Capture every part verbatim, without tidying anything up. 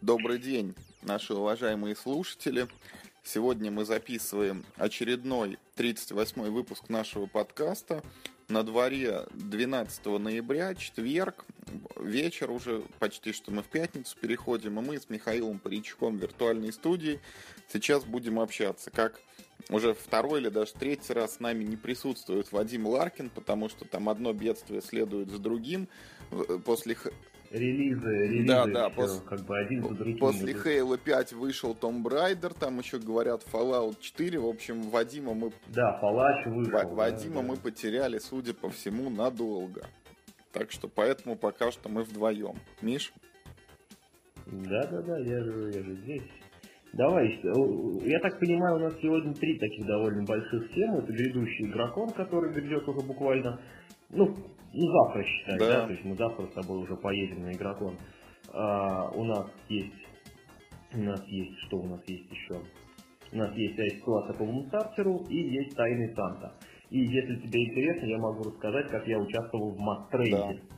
Добрый день, наши уважаемые слушатели. Сегодня мы записываем очередной тридцать восьмой выпуск нашего подкаста. На дворе двенадцатого ноября, четверг, вечер уже, почти что мы в пятницу переходим, и мы с Михаилом Паричком в виртуальной студии сейчас будем общаться. Как уже второй или даже третий раз с нами не присутствует Вадим Ларкин, потому что там одно бедствие следует за другим. После... Релизы, релизы, да, да, все, пос... как бы один за другим. После Halo пять вышел Tomb Raider, там еще говорят Fallout четыре, в общем, Вадима мы... Да, Fallout вышел. В... Вадима да, мы да. потеряли, судя по всему, надолго. Так что поэтому пока что мы вдвоем. Миш? Да-да-да, я же, я же здесь. Давай, я так понимаю, у нас сегодня три таких довольно больших темы. Это грядущий игрокон, который грядет уже буквально, ну, ну завтра считай, да. да, то есть мы завтра с тобой уже поедем на игрокон. А, у нас есть, у нас есть, что у нас есть еще? У нас есть ситуация по Мунстартеру и есть Тайный Санта. И если тебе интересно, я могу рассказать, как я участвовал в мастрейде. Да.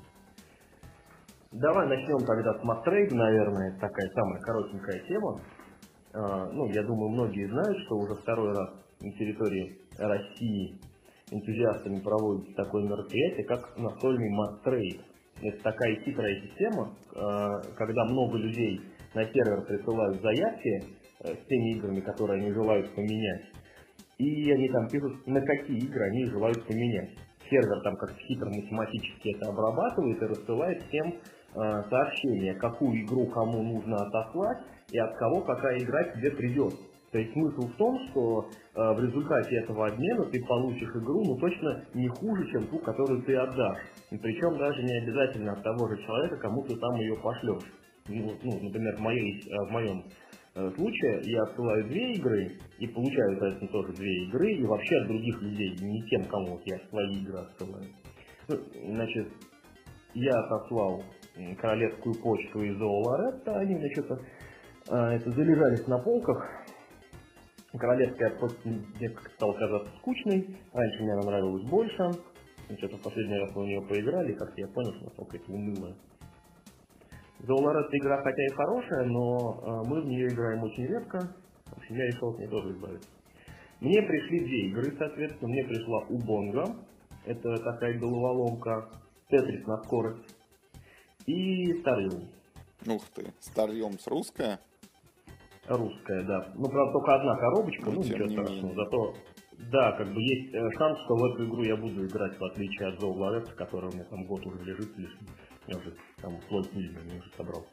Давай начнем тогда с мастрейда, наверное, это такая самая коротенькая тема. А, ну, я думаю, многие знают, что уже второй раз на территории России энтузиастами проводится такое мероприятие, как настольный мастрейд. Это такая хитрая система, когда много людей на сервер присылают заявки с теми играми, которые они желают поменять, и они там пишут, на какие игры они желают поменять. Сервер там как-то хитро математически это обрабатывает и рассылает всем сообщения, какую игру кому нужно отослать и от кого какая игра тебе придет. То есть смысл в том, что э, в результате этого обмена ты получишь игру, ну точно не хуже, чем ту, которую ты отдашь. И причем даже не обязательно от того же человека, кому ты там ее пошлешь. Ну, ну, например, в, моей, в моем э, случае я отсылаю две игры и получаю, соответственно, тоже две игры, и вообще от других людей, не тем, кому я свои игры отсылаю. Ну, значит, я отослал Королевскую почту из Зооларетта, они, значит, э, это залежались на полках. Королевская просто мне стала казаться скучной, раньше мне она нравилась больше, что-то в последний раз мы в нее поиграли, и как-то я понял, что насколько это унылая. Зооларет игра хотя и хорошая, но мы в нее играем очень редко, в общем, я решил от нее тоже избавиться. Мне пришли две игры, соответственно, мне пришла Убонга, это такая головоломка, Тетрис на скорость, и Старьем. Ух ты, Старьем с русская? Русская, да. Ну, правда, только одна коробочка, ну, ну ничего страшного. Зато, да, как бы есть шанс, что в эту игру я буду играть, в отличие от Зооларетта, который у меня там год уже лежит лишний. Я уже там слой книги я уже собрал.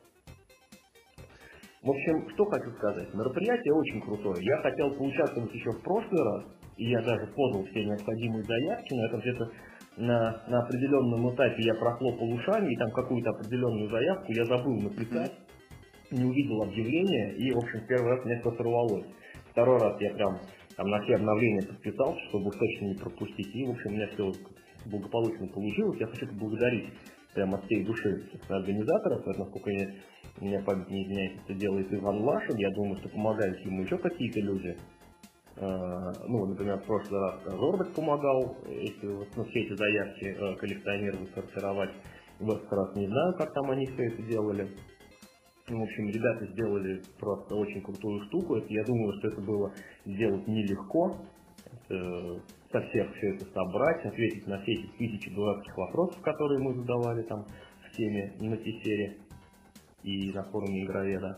В общем, что хочу сказать. Мероприятие очень крутое. Я хотел поучаствовать еще в прошлый раз, и я даже подал все необходимые заявки, но это где-то на, на определенном этапе я прохлопал ушами, и там какую-то определенную заявку я забыл написать. Не увидел объявления, и, в общем, первый раз меня все сорвалось. Второй раз я прям там на все обновления подписался, чтобы уж точно не пропустить, и, в общем, у меня все благополучно получилось. Я хочу поблагодарить прямо от всей души организаторов, это, насколько я, у меня память не изменяет, это делает Иван Лашин, я думаю, что помогают ему еще какие-то люди. Ну, например, в прошлый раз Зорбек помогал, если ну, все эти заявки коллекционировать, сортировать. В этот раз не знаю, как там они все это делали. В общем, ребята сделали просто очень крутую штуку. Это, я думаю, что это было сделать нелегко. Это, со всех все это собрать, ответить на все эти тысячи дурацких вопросов, которые мы задавали там в теме на Тесере и на форуме Игроведа.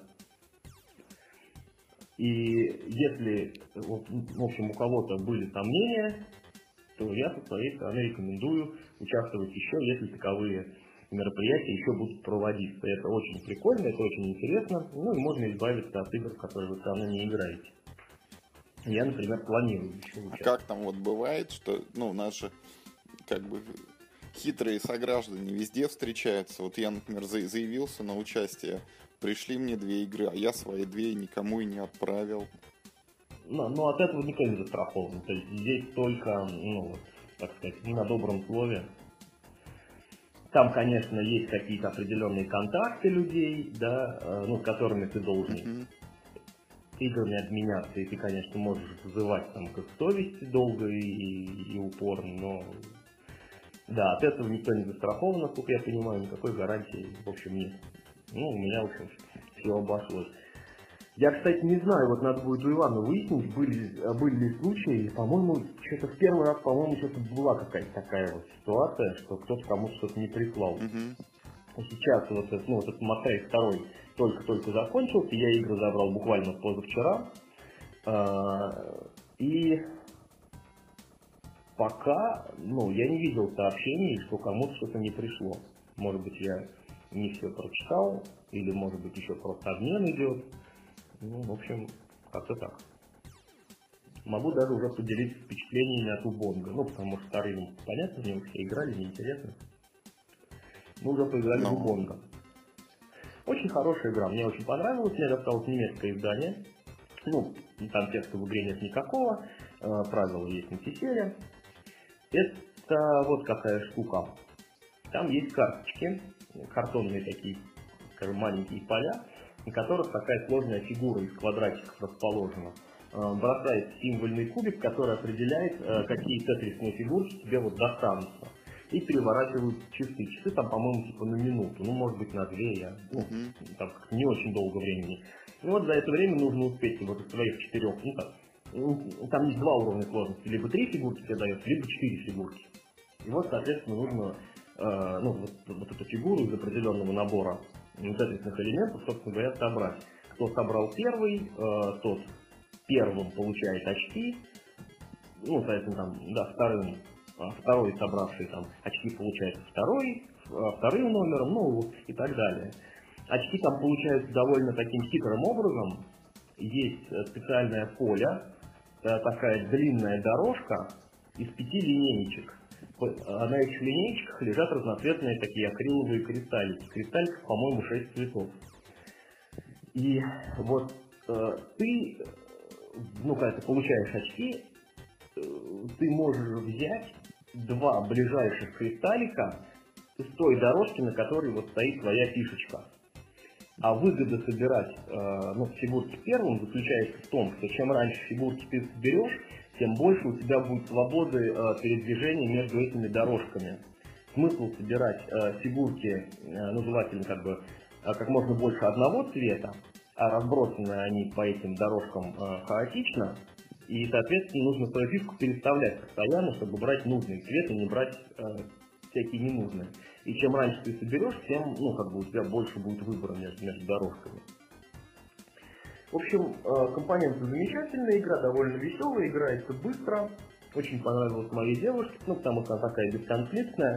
И если, в общем, у кого-то были сомнения, то я со своей стороны рекомендую участвовать еще, если таковые мероприятия еще будут проводиться. Это очень прикольно, это очень интересно. Ну и можно избавиться от игр, в которые вы все равно не играете. Я, например, планирую еще участвовать. А как там вот бывает, что ну, наши как бы хитрые сограждане везде встречаются? Вот я, например, заявился на участие, пришли мне две игры, а я свои две никому и не отправил. Ну, ну от этого никто не застрахован. То есть здесь только, ну, так сказать, на добром слове. Там, конечно, есть какие-то определенные контакты людей, да, ну, с которыми ты должен mm-hmm. играми обменяться, и ты, конечно, можешь вызывать там к совести долго и, и упорно, но да, от этого никто не застрахован, насколько я понимаю, никакой гарантии, в общем, нет. Ну, у меня, в общем, все обошлось. Я, кстати, не знаю, вот надо будет у Ивана выяснить, были, были ли случаи, по-моему, что-то в первый раз, по-моему, что-то была какая-то такая вот ситуация, что кто-то кому-то что-то не прислал. Mm-hmm. Сейчас вот этот, ну, вот этот Мотрейд второй только-только закончился, я игры забрал буквально позавчера, и пока, ну, я не видел сообщений, что кому-то что-то не пришло. Может быть, я не все прочитал, или, может быть, еще просто обмен идет. Ну, в общем, как-то так. Могу даже уже поделиться впечатлениями от Убонга. Ну, потому что вторые, ну, понятно, в него все играли, неинтересно. Мы уже поиграли в Убонга. Очень хорошая игра, мне очень понравилась. Мне досталось немецкое издание. Ну, там текста в игре нет никакого. Правила есть на Тесере. Это вот какая штука. Там есть карточки, картонные такие, скажем, маленькие поля, на которых такая сложная фигура из квадратиков расположена. Бросает символьный кубик, который определяет, какие тетрисные фигурки тебе вот достанутся. И переворачивают часы. Часы там, по-моему, типа на минуту, ну, может быть, на две, я, ну, uh-huh. там не очень долго времени. И вот за это время нужно успеть вот из своих четырех, ну, там, там есть два уровня сложности, либо три фигурки тебе дается, либо четыре фигурки. И вот, соответственно, нужно, э, ну, вот, вот эту фигуру из определенного набора тетрисных элементов, собственно говоря, собрать. Кто собрал первый, э, тот первым получает очки, ну, соответственно, там, да, вторым, второй собравший там очки получает второй, вторым номером, ну, и так далее. Очки там получаются довольно таким хитрым образом. Есть специальное поле, такая длинная дорожка из пяти линеечек. На этих линеечках лежат разноцветные такие акриловые кристаллики. Кристалликов, по-моему, шесть цветов. И вот э, ты, ну, когда ты получаешь очки, э, ты можешь взять два ближайших кристаллика с той дорожки, на которой вот стоит твоя фишечка. А выгода собирать э, ну, фигурки первым заключается в том, что чем раньше фигурки ты соберешь, тем больше у тебя будет свободы э, передвижения между этими дорожками. Смысл собирать э, фигурки, э, ну, желательно как бы э, как можно больше одного цвета, а разбросаны они по этим дорожкам э, хаотично, и, соответственно, нужно свою фишку переставлять постоянно, чтобы брать нужный цвет и не брать э, всякие ненужные. И чем раньше ты соберешь, тем, ну, как бы у тебя больше будет выбора между, между дорожками. В общем, компоненты замечательная, игра довольно веселая, играется быстро. Очень понравилась моей девушке, ну, потому что она такая бесконфликтная.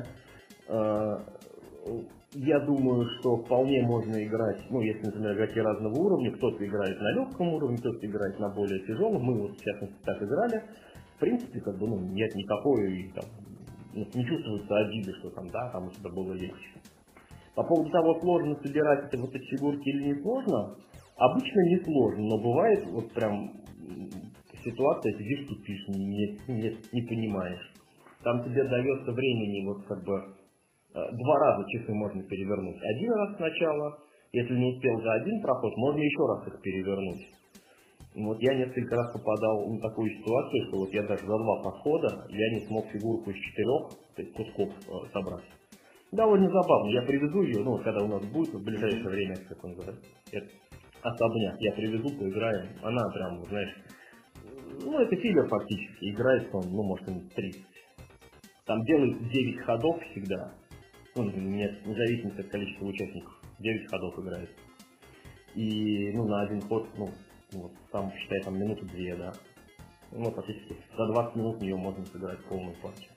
Я думаю, что вполне можно играть, ну, если, например, игроки разного уровня, кто-то играет на легком уровне, кто-то играет на более тяжелом. Мы вот, в частности, так играли. В принципе, как бы, ну, нет никакой, там, не чувствуется обиды, что там, да, там у тебя было легче. По поводу того, сложно собирать это, вот эти фигурки или не сложно, обычно не сложно, но бывает вот прям ситуация, сидишь, тупишь, не, не, не понимаешь. Там тебе дается времени, вот как бы, два раза часы можно перевернуть. Один раз сначала, если не успел за один проход, можно еще раз их перевернуть. Вот я несколько раз попадал на такую ситуацию, что вот я даже за два подхода я не смог фигурку из четырех то есть кусков э, собрать. Довольно забавно. Я привезу ее, ну, когда у нас будет в ближайшее время, как он говорит, особняк, я привезу, поиграем. Она прям, знаешь, ну, это филлер фактически. Играет он, ну, может, он тридцать. Там делают девять ходов всегда. Ну, нет, в зависимости от количества участников. девять ходов играет. И, ну, на один ход, ну, вот, там, считай, там минуты-две, да. Ну, фактически, за двадцать минут в нее можно сыграть полную партию.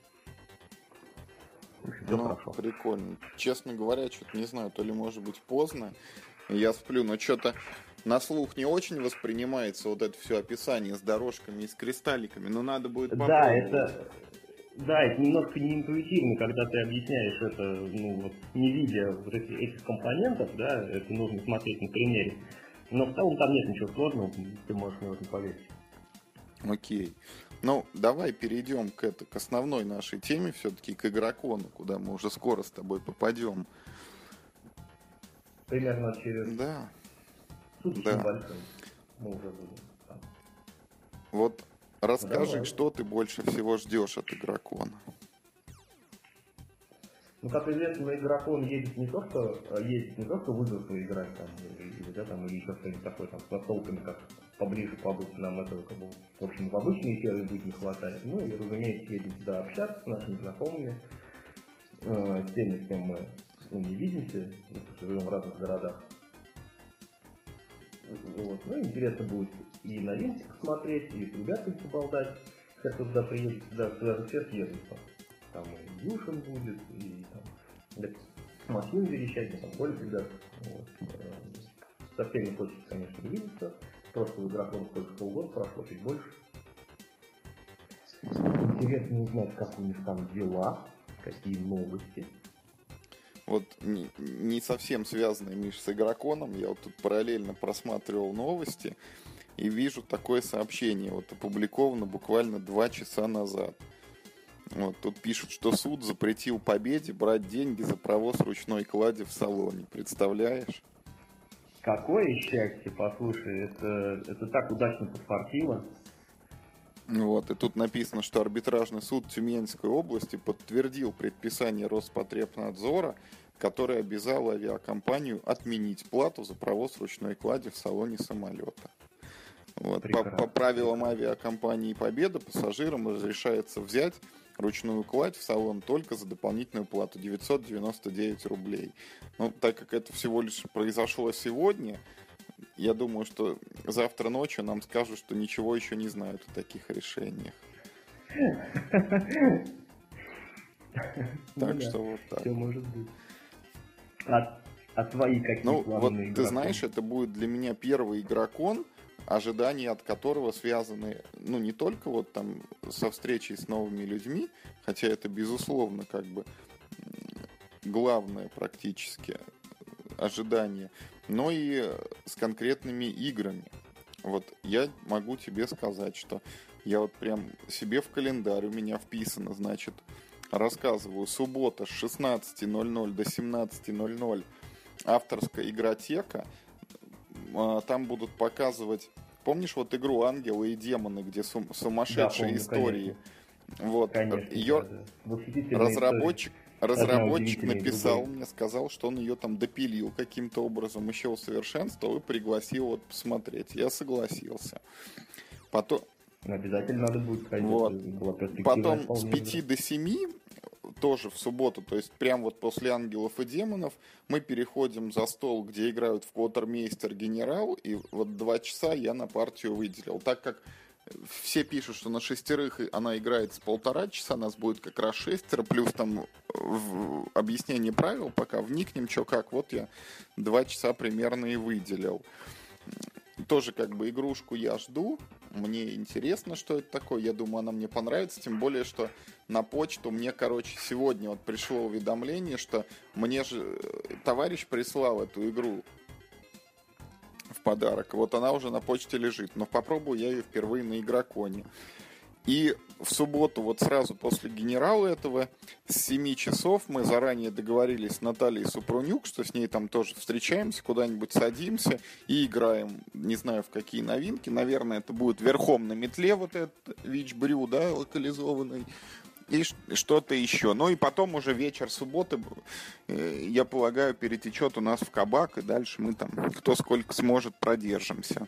Все ну, хорошо. Прикольно. Честно говоря, что-то не знаю, то ли может быть поздно, я сплю, но что-то на слух не очень воспринимается вот это все описание с дорожками и с кристалликами, но надо будет попробовать. Да, это... Да, это немножко неинтуитивно, когда ты объясняешь это, ну, вот, не видя вот этих, этих компонентов, да, это нужно смотреть на примере. Но в целом там нет ничего сложного, ты можешь мне в этом поверить. Окей. Ну, давай перейдем к, это, к основной нашей теме, все-таки к Игрокону, куда мы уже скоро с тобой попадем. Примерно через... Да. Сутки да. небольшой. Мы уже будем там. Вот расскажи, Давай. Что ты больше всего ждешь от Игрокона? Ну, как известно, на игрокон едет не то, что едет не то, что в игры поиграть там, или, да, там, или еще что-нибудь такое, там, с настолками, как поближе побыть, нам этого, как бы, в общем, в обычные сервисы будет не хватает. Ну, и, разумеется, едем сюда общаться с нашими знакомыми, э, с теми, с кем мы, ну, не видимся, потому что живем в разных городах. Вот. Ну, интересно будет и новинки посмотреть, и с ребятами поболтать, как кто туда приедет, сюда, сюда же все съедут. Там и Юшин будет, и там машину верещать, и там Коля всегда. Вот. Со всеми хочется, конечно, увидеться. Просто в игрокон только полгода прошло, чуть больше. Интересно узнать, как у них там дела, какие новости. Вот не, не совсем связанный, Миш, с игроконом. Я вот тут параллельно просматривал новости и вижу такое сообщение. Вот опубликовано буквально два часа назад. Вот, тут пишут, что суд запретил Победе брать деньги за провоз ручной клади в салоне. Представляешь? Какое счастье, послушай, это, это так удачно поспортило. Вот, и тут написано, что арбитражный суд Тюменской области подтвердил предписание Роспотребнадзора, который обязал авиакомпанию отменить плату за провоз ручной клади в салоне самолета. Вот. По, по правилам авиакомпании «Победа» пассажирам разрешается взять ручную кладь в салон только за дополнительную плату девятьсот девяносто девять рублей. Ну, так как это всего лишь произошло сегодня, я думаю, что завтра ночью нам скажут, что ничего еще не знают о таких решениях. Так что вот так. Все может быть. А твои какие Ну, вот игрокон? ты знаешь, это будет для меня первый игрокон, ожидания от которого связаны, ну, не только вот там со встречей с новыми людьми, хотя это, безусловно, как бы главное практически ожидание, но и с конкретными играми. Вот я могу тебе сказать, что я вот прям себе в календарь у меня вписано, значит, рассказываю, суббота с шестнадцати ноль-ноль до семнадцати ноль-ноль авторская игротека. Там будут показывать, помнишь вот игру «Ангелы и демоны», где сум- сумасшедшие да, помню, истории? Конечно. Вот. Конечно, Ее да. разработчик, разработчик написал мне, сказал, что он ее там допилил каким-то образом, еще усовершенствовал и пригласил вот посмотреть. Я согласился. Потом... Обязательно надо будет ходить. Вот. Потом с пяти до семи, тоже в субботу, то есть прям вот после «Ангелов и демонов», мы переходим за стол, где играют в Квотермейстер Генерал, и вот два часа я на партию выделил. Так как все пишут, что на шестерых она играет с полтора часа, нас будет как раз шестеро, плюс там в объяснение правил, пока вникнем, что как, вот я два часа примерно и выделил. Тоже как бы игрушку я жду, мне интересно, что это такое, я думаю, она мне понравится, тем более, что на почту мне, короче, сегодня вот пришло уведомление, что мне же товарищ прислал эту игру в подарок, вот она уже на почте лежит, но попробую я ее впервые на игроконе. И в субботу, вот сразу после генерала этого, с семи часов мы заранее договорились с Натальей Супрунюк, что с ней там тоже встречаемся, куда-нибудь садимся и играем, не знаю в какие новинки. Наверное, это будет верхом на метле вот этот Вич-брю, да, локализованный. И что-то еще. Ну и потом уже вечер субботы, я полагаю, перетечет у нас в кабак, и дальше мы там кто сколько сможет продержимся.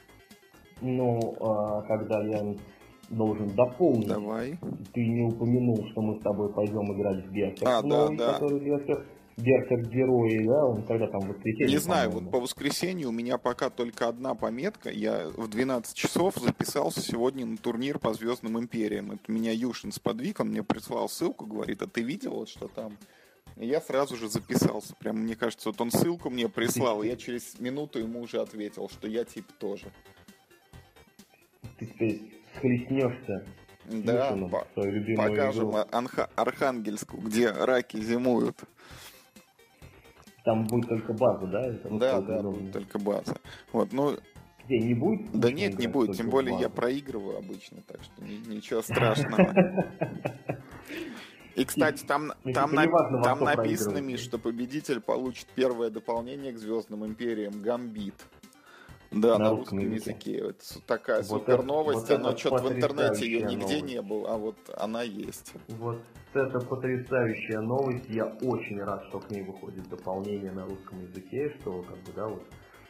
Ну, а когда я... должен дополнить. Давай. Ты не упомянул, что мы с тобой пойдем играть в Берсерк, а, новый, да, да. который Берсерк, Берсерк Герои, да, он когда там в воскресенье. Не знаю, по-моему. вот по воскресенью у меня пока только одна пометка. Я в двенадцать часов записался сегодня на турнир по Звездным Империям. Это меня Юшин сподвиг, он мне прислал ссылку, говорит, а ты видел вот что там? И я сразу же записался. Прям, мне кажется, вот он ссылку мне прислал, и я через минуту ему уже ответил, что я типа тоже. Ты теперь схлестнешься. Да, по- покажем Анха- Архангельску, где раки зимуют. Там будет только база, да? Это да, да, будет только база. Вот, ну... Где, не будет? Да нет, не будет, тем более я проигрываю обычно, так что ничего страшного. И, кстати, там, там, на, там написано, Миш, что победитель получит первое дополнение к Звездным Империям — Гамбит. Да, на на русском русском языке. языке. Это с- такая Вот супер это, новость, вот она это что-то в интернете ее потрясающая нигде новость. не было, а вот она есть. Вот это потрясающая новость. Я очень рад, что к ней выходит дополнение на русском языке, что как бы, да, вот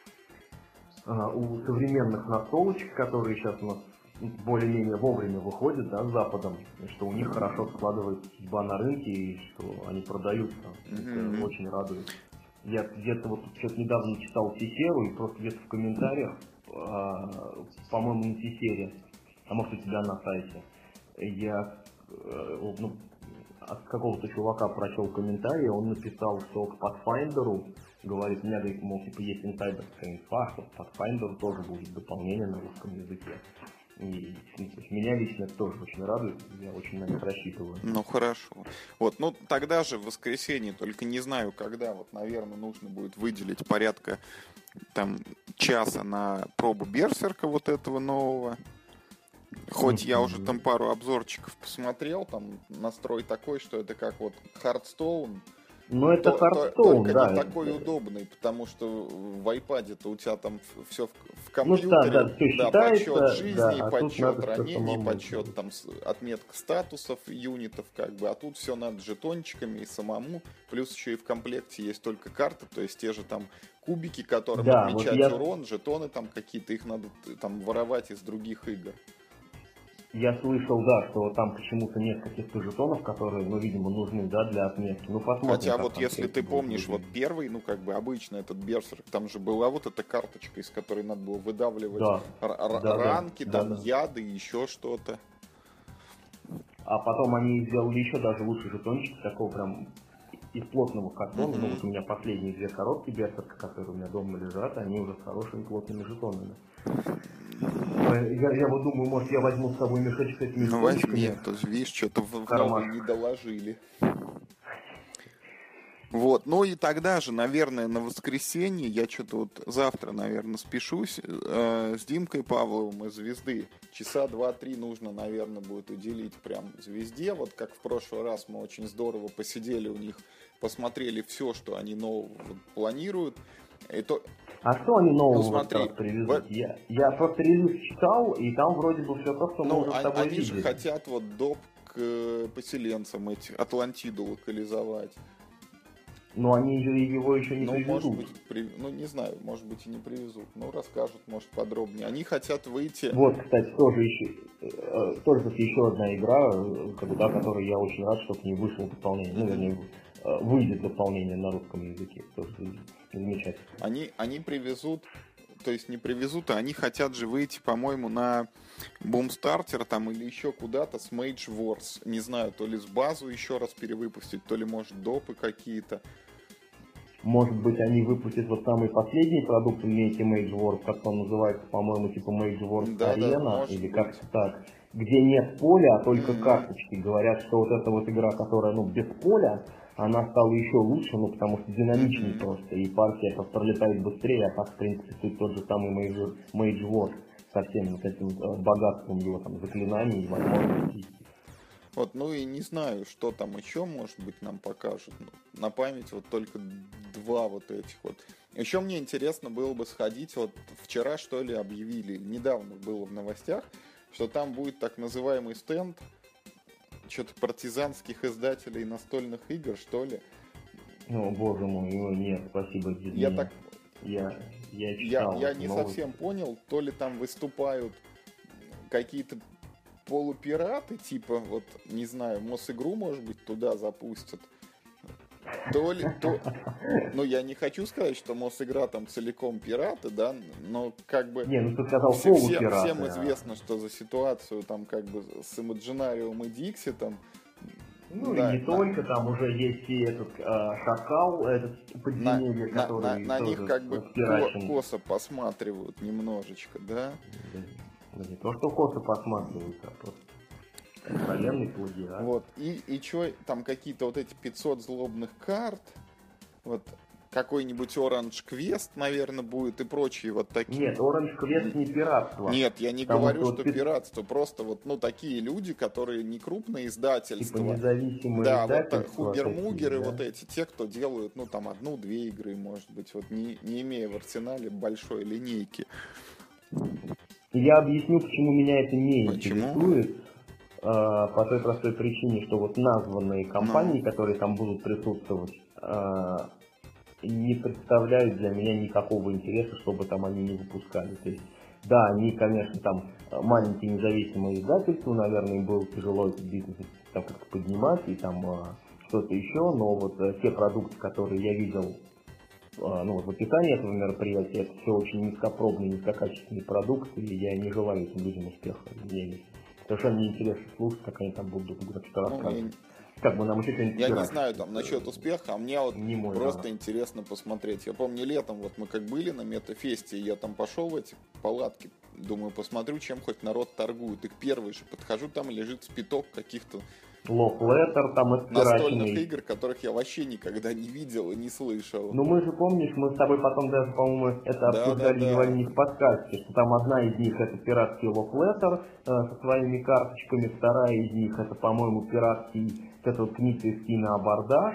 а, у современных настолочек, которые сейчас у нас более-менее вовремя выходят, да, с Западом, и что у них хорошо складывается судьба на рынке, и что они продаются. Mm-hmm. Это очень радует. Я где-то вот сейчас недавно читал Тесеру, и просто где-то в комментариях, а, по-моему, на Тесере, а может у тебя на сайте, я э, ну, от какого-то чувака прочел комментарий, он написал, что к Pathfinder'у, говорит, у меня, говорит, мол, типа, есть инсайдерская инфа, что к Pathfinder'у тоже будет дополнение на русском языке. И ну, то есть меня лично это тоже очень радует, я очень на них рассчитываю. Ну хорошо. Вот, ну тогда же в воскресенье, только не знаю когда, вот, наверное, нужно будет выделить порядка там часа на пробу Берсерка вот этого нового. Хоть я уже там пару обзорчиков посмотрел, там настрой такой, что это как вот Hearthstone. Ну это то, Hearthstone, то, только да. не такой это... удобный, потому что в iPad-то у тебя там все в, в компьютере, ну, да, да, все да, считается, подсчет жизни, да, а подсчет ранений, подсчет там отметка статусов, юнитов, как бы, а тут все надо жетончиками и самому, плюс еще и в комплекте есть только карты, то есть те же там кубики, которым да, отмечать вот я... урон, жетоны там какие-то, их надо там воровать из других игр. Я слышал, да, что там почему-то нет каких-то жетонов, которые, ну, видимо, нужны, да, для отметки. Ну, посмотрим. Хотя вот если ты помнишь, вот первый, ну, как бы обычно этот Берсерк, там же была вот эта карточка, из которой надо было выдавливать да. р- да, ранки, да, там, да. яды, еще что-то. А потом они сделали еще даже лучше жетончик, такого прям из плотного картона. Mm-hmm. Ну, вот у меня последние две коробки Берсерка, которые у меня дома лежат, они уже с хорошими плотными жетонами. Я, я вот думаю, может, я возьму с собой мешочек с этими ну, возьми, то видишь, что-то в, в новый не доложили. Вот, ну и тогда же, наверное, на воскресенье, я что-то вот завтра, наверное, спешусь э, с Димкой Павловым из «Звезды». Часа два-три нужно, наверное, будет уделить прям «Звезде». Вот как в прошлый раз мы очень здорово посидели у них, посмотрели все, что они нового планируют. И то... А что они нового ну, смотри, привезут? В... Я, я просто релиз читал, и там вроде бы все то, что ну, мы уже а, с тобой они видели. же хотят вот доп к поселенцам эти, Атлантиду локализовать. Но они же его еще не ну, привезут. Может быть, при... ну, не знаю, может быть и не привезут. Ну, расскажут, может, подробнее. Они хотят выйти... Вот, кстати, тоже еще, э, тоже еще одна игра, как бы, да, которой я очень рад, что к ней вышло дополнение. Ну, вернее, э, выйдет дополнение на русском языке. Тоже замечательно. Они, они привезут, то есть не привезут, а они хотят же выйти, по-моему, на Boomstarter там или еще куда-то с Mage Wars. Не знаю, то ли с базу еще раз перевыпустить, то ли, может, допы какие-то. Может быть, они выпустят вот самый последний продукт, имеете Mage Wars, как он называется, по-моему, типа Mage Wars да, Arena, да, или как-то так, где нет поля, а только mm-hmm. карточки. Говорят, что вот эта вот игра, которая, ну, без поля, она стала еще лучше, ну, потому что динамичнее mm-hmm. просто, и партия пролетает быстрее, а так, в принципе, тут тот же самый Mage, Mage Wars со всем вот этим богатством его там заклинаний и возможностей. Вот, ну и не знаю, что там еще, может быть, нам покажут. На память вот только два вот этих вот. Еще мне интересно было бы сходить, вот вчера, что ли, объявили, недавно было в новостях, что там будет так называемый стенд что-то партизанских издателей настольных игр, что ли. Ну, боже мой, нет, спасибо, Дисней. Я так... Я, я читал. Я, я не совсем понял, то ли там выступают какие-то полупираты, типа, вот, не знаю, Мосигру, может быть, туда запустят. То ли, то... Ну, я не хочу сказать, что Мосигра там целиком пираты, да, но как бы... Не, ну ты сказал все, полупираты. Всем известно, что за ситуацию там как бы с Imaginarium и Dixit'ом. Ну да, и не на... только, там уже есть и этот э, Шакал, этот подземелье, на, который на, на, на них как бы пирачен. косо посматривают немножечко, да? Да, не то, что косо посматривают, а просто откровенный плагиат. Вот, и, и что, там какие-то вот эти пятьсот злобных карт, вот, какой-нибудь Orange Quest, наверное, будет и прочие вот такие. Нет, Orange Quest не пиратство. Нет, я не Потому говорю, что, что пи... пиратство, просто вот, ну, такие люди, которые не крупные издательства. Типа независимые да, издательства. Вот хубер-мугеры, да? вот эти, те, кто делают, ну, там, одну-две игры, может быть, вот не, не имея в арсенале большой линейки. Я объясню, почему меня это не Почему? интересует. Э, по той простой причине, что вот названные компании, ну. которые там будут присутствовать, э, не представляют для меня никакого интереса, чтобы там они не выпускали. То есть, да, они, конечно, там маленькие независимые издательства, наверное, им было тяжело этот бизнес там как-то поднимать и там э, что-то еще, но вот э, те продукты, которые я видел, э, ну вот в описании этого мероприятия, это все очень низкопробные, низкокачественные продукты, и я не желаю этим людям успеха. Мне совершенно неинтересно слушать, как они там будут что-то рассказывать. Ну, как бы нам еще что-нибудь Я не знаю там насчет успеха, а мне вот не мой, просто да. интересно посмотреть. Я помню летом, вот мы как были на Метафесте, я там пошел в эти палатки, думаю, посмотрю, чем хоть народ торгует. И к первой же подхожу, там лежит спиток каких-то Love Letter, там настольных игр, которых я вообще никогда не видел и не слышал. Ну мы же, помнишь, мы с тобой потом даже, по-моему, это да, обсуждали, да, да. не в подкасте, что там одна из них это пиратский Love Letter э, со своими карточками, вторая из них это, по-моему, пиратский это вот книга из киноабордаж.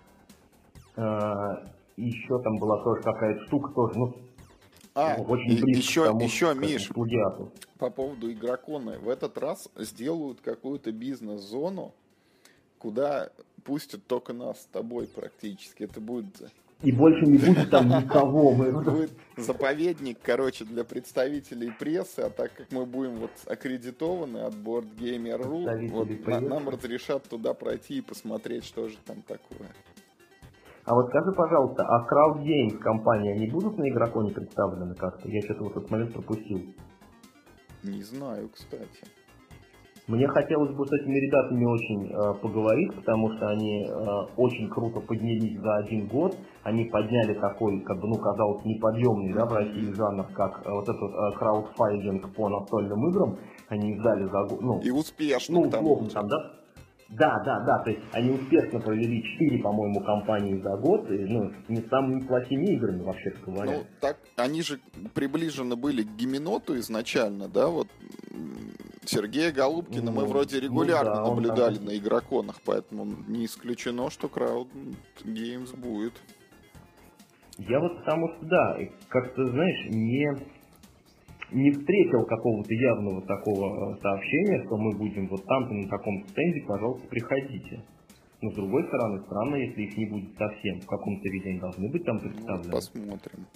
Э, еще там была тоже какая-то штука, тоже, ну, а, очень близко еще, к тому, еще, к Миш, плагиату. По поводу Игрокона, в этот раз сделают какую-то бизнес-зону, куда пустят только нас с тобой практически. Это будет... И больше не будет там никого. Будет заповедник, короче, для представителей прессы, а так как мы будем вот аккредитованы от Board Gamer точка ру, вот на, нам разрешат туда пройти и посмотреть, что же там такое. А вот скажи, пожалуйста, а Crowd Games компания, они будут на Игроконе представлены как-то? Я что-то вот этот момент пропустил. Не знаю, кстати. Мне хотелось бы с этими ребятами очень э, поговорить, потому что они э, очень круто поднялись за один год. Они подняли такой, как бы, ну, казалось, неподъемный, да, в России жанр, как э, вот этот э, краудфандинг по настольным играм. Они издали за год, ну... И успешно, ну, условно, там, да? Да, да, да, то есть они успешно провели четыре, по-моему, кампании за год, и, ну, не самыми плохими играми, вообще говоря. Ну, так, они же приближены были к Гименоту изначально, да, вот Сергея Голубкина ну, мы вроде регулярно ну, да, наблюдали на Игроконах, поэтому не исключено, что Crowd Games будет. Я вот потому что, да, как-то, знаешь, не... не встретил какого-то явного такого сообщения, что мы будем вот там-то на таком стенде, пожалуйста, приходите. Но с другой стороны, странно, если их не будет совсем. В каком-то виде они должны быть там представлены. Ну, посмотрим.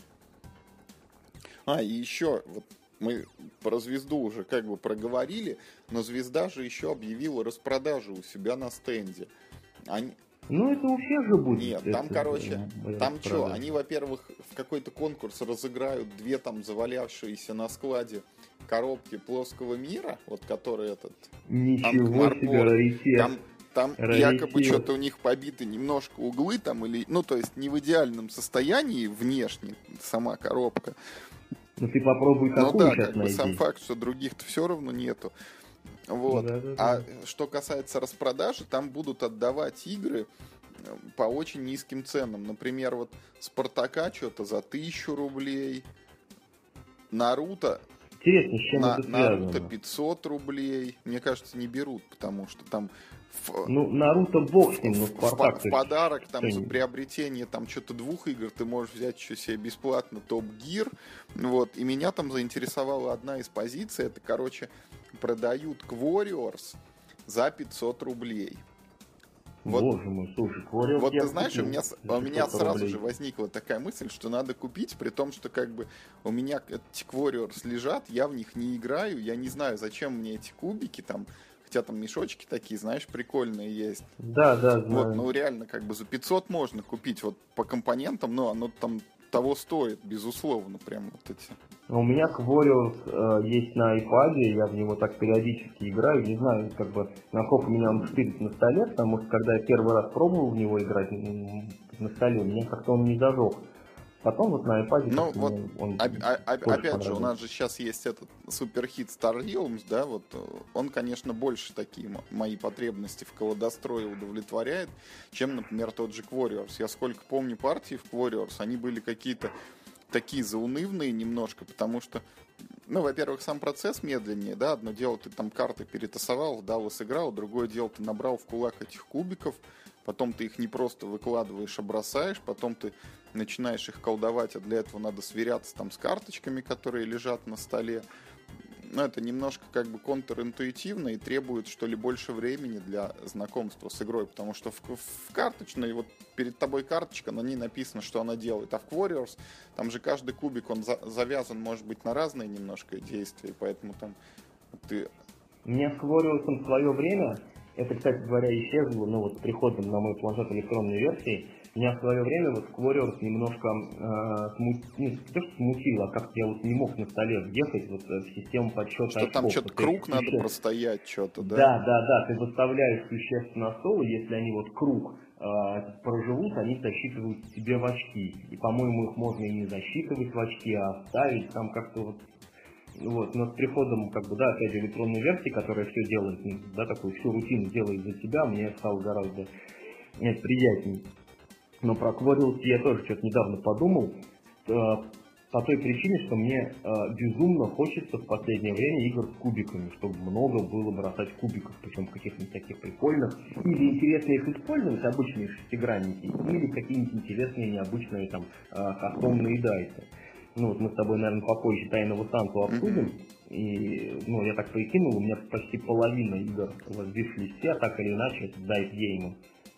А, и еще, вот мы про Звезду уже как бы проговорили, но Звезда же еще объявила распродажу у себя на стенде. Они... Ну, это у всех же будет. Нет, там, это, короче, это, там это что, они, во-первых, в какой-то конкурс разыграют две там завалявшиеся на складе коробки плоского мира, вот который этот... Ничего себе, раритет. Там, там якобы что-то у них побиты немножко углы там, или, ну, то есть не в идеальном состоянии внешне сама коробка. Ну, ты попробуй такую ну, да, сейчас как найти. бы сам факт, что других-то все равно нету. Вот. Да, да, да. А что касается распродажи, там будут отдавать игры по очень низким ценам. Например, вот Спартака что-то за тысячу рублей, Наруто, интересно, с чем на, это связано? Наруто пятьсот рублей. Мне кажется, не берут, потому что там... В, ну, Наруто бог с ним, но Спартак... В, в подарок там за приобретение там что-то двух игр ты можешь взять еще себе бесплатно Топ Гир. Вот. И меня там заинтересовала одна из позиций. Это, короче, продают Warriors за пятьсот рублей. Вот, Боже мой, слушай, Warriors вот ты знаешь, у меня, у меня сразу же возникла такая мысль, что надо купить, при том, что как бы у меня эти Warriors лежат, я в них не играю, я не знаю, зачем мне эти кубики там, хотя там мешочки такие, знаешь, прикольные есть. Да, да, знаю. Вот, ну реально, как бы за пятьсот можно купить вот по компонентам, но оно там того стоит, безусловно, прям вот эти. У меня к Warriors э, есть на iPad, я в него так периодически играю, не знаю, как бы, насколько меня он штырит на столе, потому что когда я первый раз пробовал в него играть на столе, у меня как-то он не зажег. Потом вот на iPad Ну, вот, он а, а, опять же, у понравился. нас же сейчас есть этот суперхит Star Realms, да, вот он, конечно, больше такие мои потребности в колодострое удовлетворяет, чем, например, тот же Warriors. Я сколько помню партий в Warriors, они были какие-то такие заунывные немножко, потому что, ну, во-первых, сам процесс медленнее, да, одно дело ты там карты перетасовал, в Даллас сыграл, другое дело ты набрал в кулак этих кубиков, потом ты их не просто выкладываешь, а бросаешь, потом ты начинаешь их колдовать, а для этого надо сверяться там с карточками, которые лежат на столе. Но это немножко как бы контринтуитивно и требует, что ли, больше времени для знакомства с игрой, потому что в, в карточной, вот перед тобой карточка, на ней написано, что она делает, а в Warriors, там же каждый кубик, он за, завязан, может быть, на разные немножко действия, поэтому там ты... Мне с Warriors в свое время, это, кстати говоря, исчезло, ну вот с приходом на мой планшет электронной версии, меня в свое время вот Warriors немножко э, смут... не то, что смутило, а как-то я вот не мог на столе въехать вот, в систему подсчета Что очков. там что-то круг ты, надо существ... простоять, что-то, да? Да, да, да, ты выставляешь существ на стол, и если они вот круг э, проживут, они засчитывают себе в очки. И, по-моему, их можно и не засчитывать в очки, а оставить там как-то вот. Вот, но с приходом, как бы, да, опять же, электронной версии, которая все делает, да, такую всю рутину делает за тебя, мне стало гораздо нет, приятней. Но про Quartz я тоже что-то недавно подумал, э, по той причине, что мне э, безумно хочется в последнее время игр с кубиками, чтобы много было бросать кубиков, причем каких-нибудь таких прикольных, или интересно их использовать, обычные шестигранники, или какие-нибудь интересные, необычные там э, кастомные дайсы. Ну, вот мы с тобой, наверное, попозже Тайного Санту обсудим. Mm-hmm. И, ну, я так прикинул, у меня почти половина игр в виш-листе, а так или иначе, это дайс-геймы.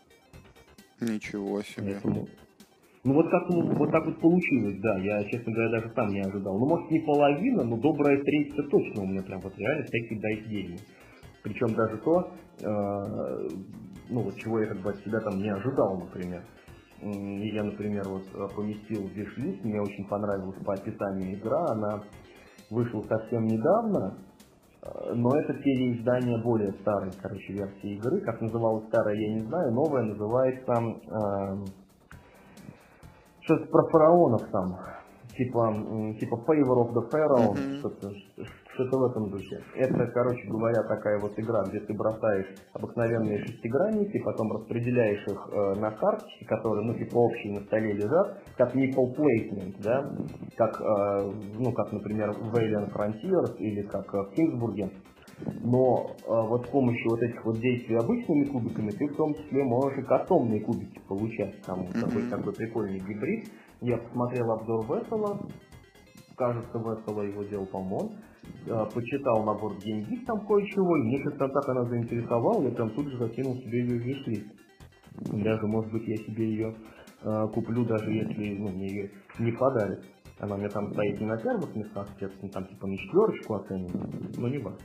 Ничего себе. Поэтому... Ну, вот как вот так вот получилось, да. Я, честно говоря, даже сам не ожидал. Ну, может, не половина, но добрая треть-то точно у меня прям вот реально всякие дайс-геймы. Причем даже то, э, ну, вот чего я как бы от себя там не ожидал, например. И я, например, вот поместил в виш-лист, мне очень понравилась по описанию игра, она вышла совсем недавно, но это переиздание более старой, короче, версии игры. Как называлась старая, я не знаю, новая называется э, что-то про фараонов там, типа, типа Favor of the Pharaoh, mm-hmm. что-то, что-то в этом духе. Это, короче говоря, такая вот игра, где ты бросаешь обыкновенные шестигранники, потом распределяешь их э, на карточки, которые, ну, типа, общие на столе лежат, как meeple placement, да, как, э, ну, как, например, в Alien Frontiers или как в Кингсбурге. Но э, вот с помощью вот этих вот действий обычными кубиками ты в том числе можешь и кастомные кубики получать. Там mm-hmm. такой, такой прикольный гибрид. Я посмотрел обзор Весела, кажется, Весела его делал, по-моему, э, почитал набор деньги там кое-чего, и мне как-то так она заинтересовала, я прям тут же закинул себе ее в виш-лист. Даже, может быть, я себе ее э, куплю, даже если, ну, мне ее не подарят. Она у меня там стоит не на первых местах, естественно, там типа на четверочку оцениваю, но не важно.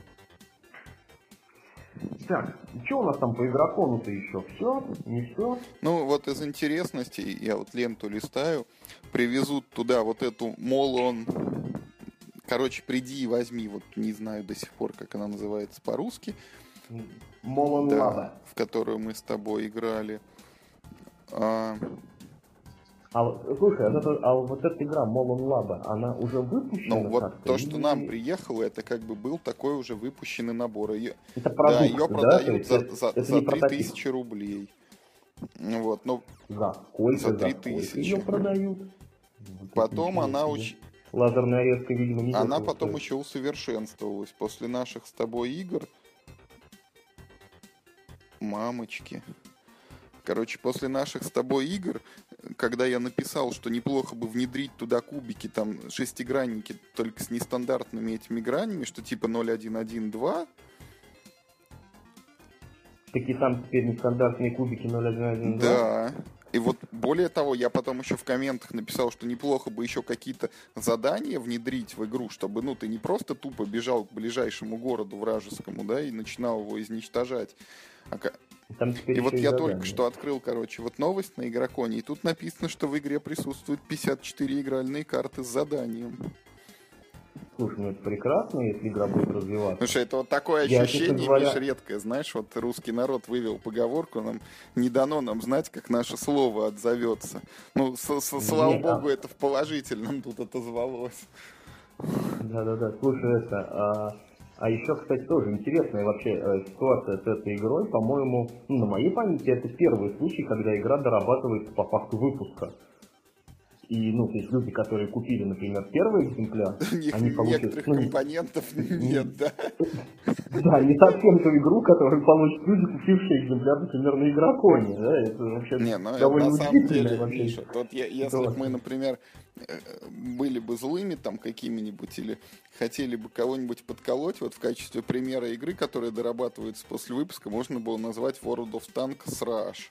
Так, что у нас там по игрокону-то еще? Все? Не все? Ну, вот из интересности, я вот ленту листаю, привезут туда вот эту Молон. Короче, приди и возьми, вот не знаю до сих пор, как она называется по-русски. Молон да, Лаба. В которую мы с тобой играли. А... А, слушай, а, это, а вот эта игра Молон Лаба, она уже выпущена? Ну, вот как-то? то, что и... нам приехало, это как бы был такой уже выпущенный набор. Ее... Это продукт, да, ее да? продают за, это, за, это за три прототип. тысячи рублей. Вот, ну, за сколько? За три тысячи тысячи. Ее продают. Вот потом она уч... Лазерная резка, видимо, не Она потом стоит. еще усовершенствовалась. После наших с тобой игр. Мамочки. Короче, после наших с тобой игр, когда я написал, что неплохо бы внедрить туда кубики, там, шестигранники, только с нестандартными этими гранями, что типа ноль один один два. Такие там теперь нестандартные кубики ноль один один два. Да. И вот более того, я потом еще в комментах написал, что неплохо бы еще какие-то задания внедрить в игру, чтобы, ну, ты не просто тупо бежал к ближайшему городу вражескому, да, и начинал его изничтожать. А... Там и вот я задания. только что открыл, короче, вот новость на Игроконе, и тут написано, что в игре присутствуют пятьдесят четыре игральные карты с заданием. Слушай, ну это прекрасно, если игра будет развиваться. Слушай, это вот такое Я, ощущение, говоря... Миш, редкое. Знаешь, вот русский народ вывел поговорку, нам не дано нам знать, как наше слово отзовется. Ну, с- с- слава Нет, богу, а... это в положительном тут отозвалось. Да-да-да, слушай, это... А... А еще, кстати, тоже интересная вообще э, ситуация с этой игрой. По-моему, ну, на моей памяти это первый случай, когда игра дорабатывается по факту выпуска. И, ну, то есть люди, которые купили, например, первый экземпляр, они получат... Некоторых ну, компонентов нет, да? Да, не совсем ту игру, которую получат люди, купившие экземпляр, например, на Игроконе, да, это вообще не, ну, довольно на самом удивительная деле, вообще Миша, вот я, если бы мы, например, были бы злыми там какими-нибудь или хотели бы кого-нибудь подколоть, вот в качестве примера игры, которая дорабатывается после выпуска, можно было назвать World of Tanks Rush.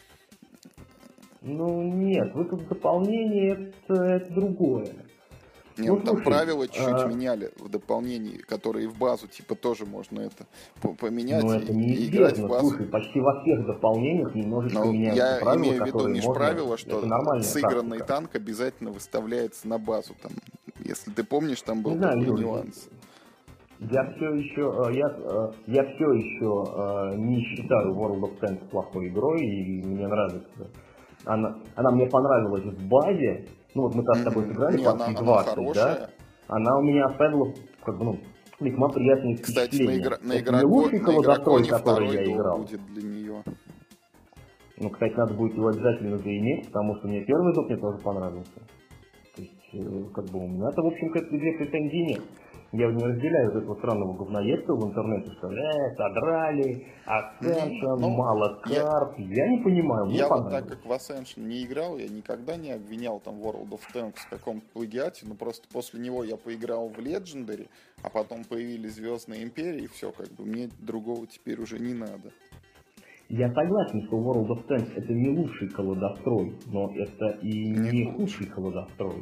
Ну, нет, вот тут дополнение, это, это другое. Нет, ну, ну, там слушай, правила чуть-чуть а... меняли в дополнении, которые в базу, типа, тоже можно это поменять ну, и, это и играть в базу. Слушай, почти во всех дополнениях немножечко Но меняются я правила, имею в виду, которые Миш, можно... правило, что сыгранный практика. танк обязательно выставляется на базу. Там, если ты помнишь, там был Не знаю, такой Юрий, нюанс. Я все еще, я, я все еще не считаю World of Tanks плохой игрой, и мне нравится. Она, она мне понравилась в базе. Ну вот мы там с тобой сыграли не, партии она, двадцать, она да? Она у меня оставила, как бы, ну, весьма приятные Кстати, впечатления. на, игра, на, Это игроко, не лучший на колодострой, Игроконе который второй я дом играл. будет для нее. Ну, кстати, надо будет его обязательно заиметь, потому что мне первый доп мне тоже понравился. То есть, как бы у меня-то, в общем, к этой игре претензий нет. Я не разделяю этого странного говноедства в интернете, что э, содрали, Ascension, ну, мало я, карт. Я не понимаю, мне Я понравилось. вот так как в Ascension не играл, я никогда не обвинял там World of Tanks в каком-то плагиате, но просто после него я поиграл в Legendary, а потом появились Звездные Империи, и все, как бы мне другого теперь уже не надо. Я согласен, что World of Tanks это не лучший колодострой, но это и не, не худший колодострой.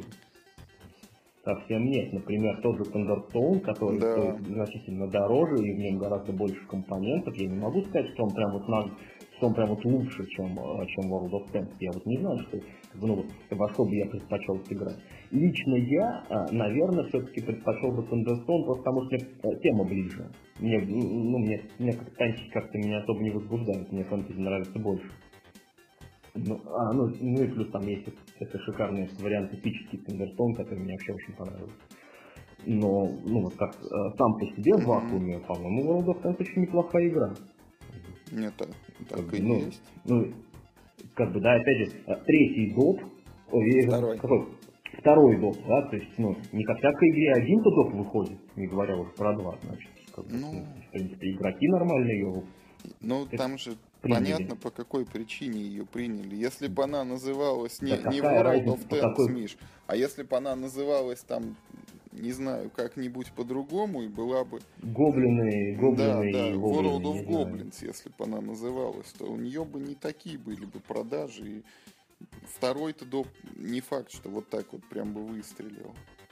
Совсем нет. Например, тот же Thunderstone, который да. стоит значительно дороже, и в нем гораздо больше компонентов. Я не могу сказать, что он прям вот, на, что он прям вот лучше, чем, чем World of Tanks. Я вот не знаю, что, ну, во что бы я предпочел сыграть. Лично я, наверное, все-таки предпочел бы Thunderstone, просто потому что мне тема ближе. Мне, ну, мне, мне как танчики как-то меня особо не возбуждают. Мне фэнтези нравится больше. Ну, а, ну, ну и плюс там есть это шикарный вариант эпический Thunderstone, который мне вообще очень понравился. Но, ну вот как сам по себе в вакууме, по-моему, World of Tanks очень неплохая игра. Нет, так, так как и ну, есть. Ну, как бы, да, опять же, третий доп, ой, второй. Какой? Второй доп, да, то есть, ну, не как всякой игре один-то доп выходит, не говоря уже про два, значит, как бы, ну, в принципе, игроки нормальные его. Ну, там же приняли. Понятно, по какой причине ее приняли. Если бы она называлась не, да не World of Tanks, какой... Миш, а если бы она называлась там, не знаю, как-нибудь по-другому, и была бы... Гоблины, гоблины да, и да, гоблины, World of Goblins, если бы она называлась, то у нее бы не такие были бы продажи. И второй-то доп не факт, что вот так вот прям бы выстрелил.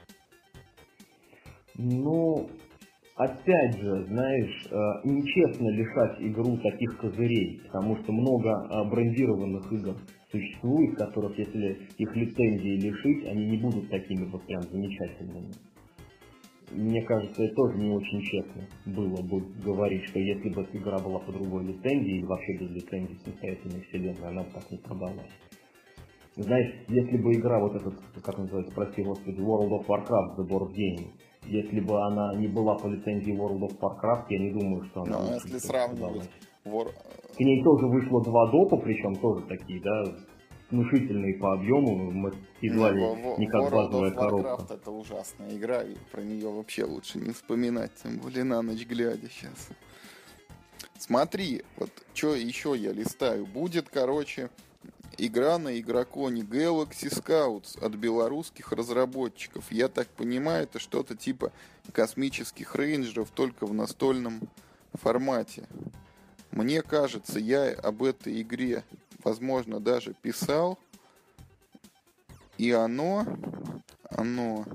Ну... Опять же, знаешь, нечестно лишать игру таких козырей, потому что много брендированных игр существует, которых, если их лицензии лишить, они не будут такими вот прям замечательными. Мне кажется, это тоже не очень честно было бы говорить, что если бы эта игра была по другой лицензии, или вообще без лицензии самостоятельной вселенной, она бы так не продалась. Знаешь, если бы игра, вот этот, как называется, прости господи, World of Warcraft, The Board Game, если бы она не была по лицензии World of Warcraft, я не думаю, что она... Ну, если сравнивать... War... К ней тоже вышло два допа, причем тоже такие, да, внушительные по объему, мы едва ли не как базовая коробка. World of Warcraft это ужасная игра, и про нее вообще лучше не вспоминать, тем более на ночь глядя сейчас. Смотри, вот что еще я листаю. Будет, короче... Игра на Игроконе Galaxy Scouts от белорусских разработчиков. Я так понимаю, это что-то типа космических рейнджеров, только в настольном формате. Мне кажется, я об этой игре, возможно, даже писал. И оно, оно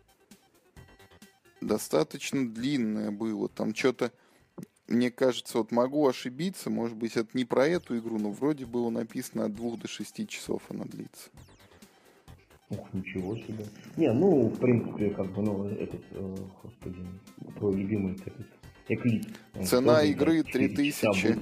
достаточно длинное было. Там что-то... Мне кажется, вот могу ошибиться, может быть, это не про эту игру, но вроде было написано от двух до шести часов она длится. Ух, ничего себе. Не, ну, в принципе, как бы, ну, этот, э, господи, твой любимый этот, Eclipse. Цена игры три тысячи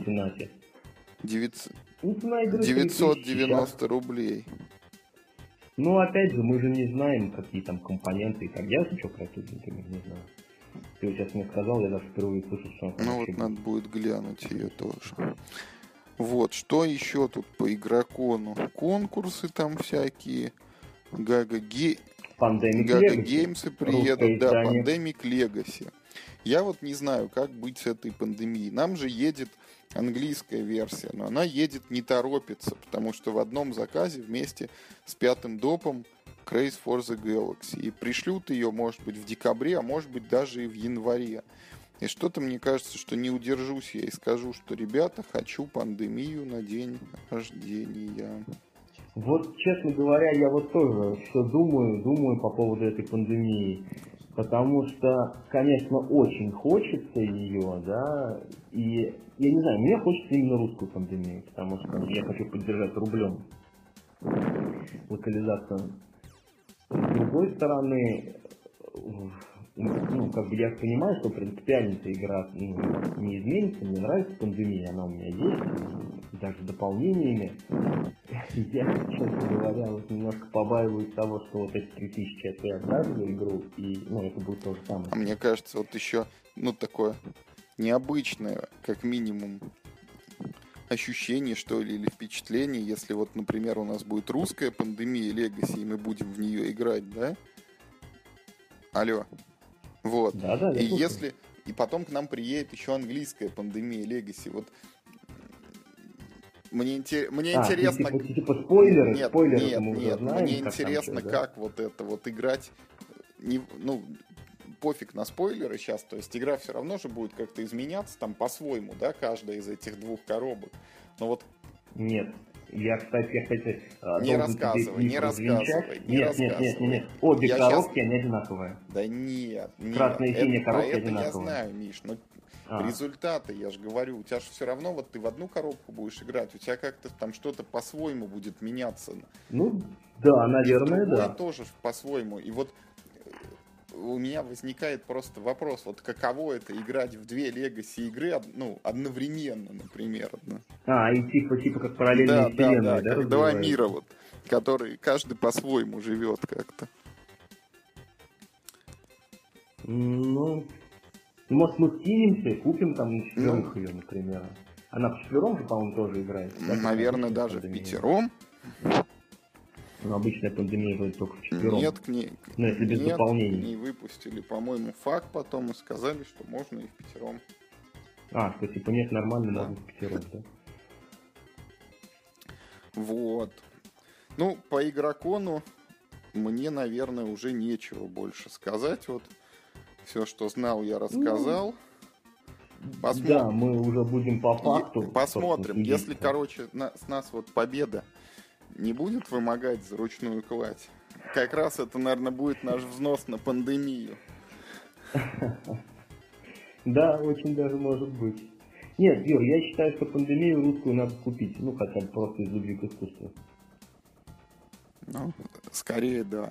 девятьсот девяносто рублей. Ну, опять же, мы же не знаем, какие там компоненты и так. Я ничего про это, например, не знаю. Ты сейчас мне сказал, я даже впервые слышу, что он... Ну вот будет. Надо будет глянуть ее тоже. Вот, что еще тут по игрокону? Конкурсы там всякие. Гага Геймсы приедут. Да, Pandemic Legacy. Я вот не знаю, как быть с этой пандемией. Нам же едет английская версия, но она едет не торопится, потому что в одном заказе вместе с пятым допом Craze for the Galaxy. И пришлют ее, может быть, в декабре, а может быть, даже и в январе. И что-то мне кажется, что не удержусь я и скажу, что, ребята, хочу пандемию на день рождения. Вот, честно говоря, я вот тоже все думаю, думаю по поводу этой пандемии. Потому что, конечно, очень хочется ее, да, и, я не знаю, мне хочется именно русскую пандемию, потому что я хочу поддержать рублем локализацию. С другой стороны, ну, как бы я понимаю, что принципиально эта игра ну, не изменится, мне нравится пандемия, она у меня есть, даже дополнениями. Я, честно говоря, вот немножко побаиваюсь того, что вот эти три тысячи это я отдаю за игру, и, ну, это будет то же самое. А мне кажется, вот еще, ну, такое необычное, как минимум, ощущение, что ли, или впечатление, если вот, например, у нас будет русская пандемия Legacy, и мы будем в нее играть, да? Алло. Вот. Да, да, и если... И потом к нам приедет еще английская пандемия Legacy. Вот мне, интер... мне а, интересно... Типа, типа спойлеры? Нет, спойлеры нет, мы нет. знаем, мне как интересно, все, как да? вот это вот играть... Не... Ну, пофиг на спойлеры сейчас. То есть игра все равно же будет как-то изменяться там по-своему, да, каждая из этих двух коробок. Но вот... Нет. Я, кстати, я, кстати, не рассказывай, не рассказывай, не нет, рассказывай. Нет, нет, нет, нет. Обе я коробки, сейчас... они одинаковые. Да нет, нет. Красная и синяя коробки это одинаковые. Я знаю, Миш, но а. результаты, я же говорю, у тебя же все равно, вот ты в одну коробку будешь играть, у тебя как-то там что-то по-своему будет меняться. Ну, да, наверное, и да. тоже по-своему. И вот у меня возникает просто вопрос, вот каково это играть в две Legacy игры, ну, одновременно, например. Да? А, и типа, типа как параллельные да, вселенные, да? да? Да, как два мира, вот, которые каждый по-своему живет как-то. Ну, может, мы скинемся, купим там на четверых ну, ее, например. Она в четвером же, по-моему, тоже играет. Да? Наверное, даже в пятером. Но обычная пандемия будет только в четвером. Нет, к ней, ну, если без нет, дополнений. К ней выпустили, по-моему, факт потом и сказали, что можно и в пятером. А, что типа нет, нормально, да. Можно в пятером, да? Вот. Ну, по игрокону мне, наверное, уже нечего больше сказать. Вот все, что знал, я рассказал. Посмотрим. Да, мы уже будем по факту. Посмотрим. Если, короче, на, с нас вот победа не будет вымогать за ручную кладь, как раз это, наверное, будет наш взнос на пандемию. Да, очень даже может быть. Нет, Юр, я считаю, что пандемию русскую надо купить. Ну, хотя бы просто из любви к искусству. Ну, скорее, да.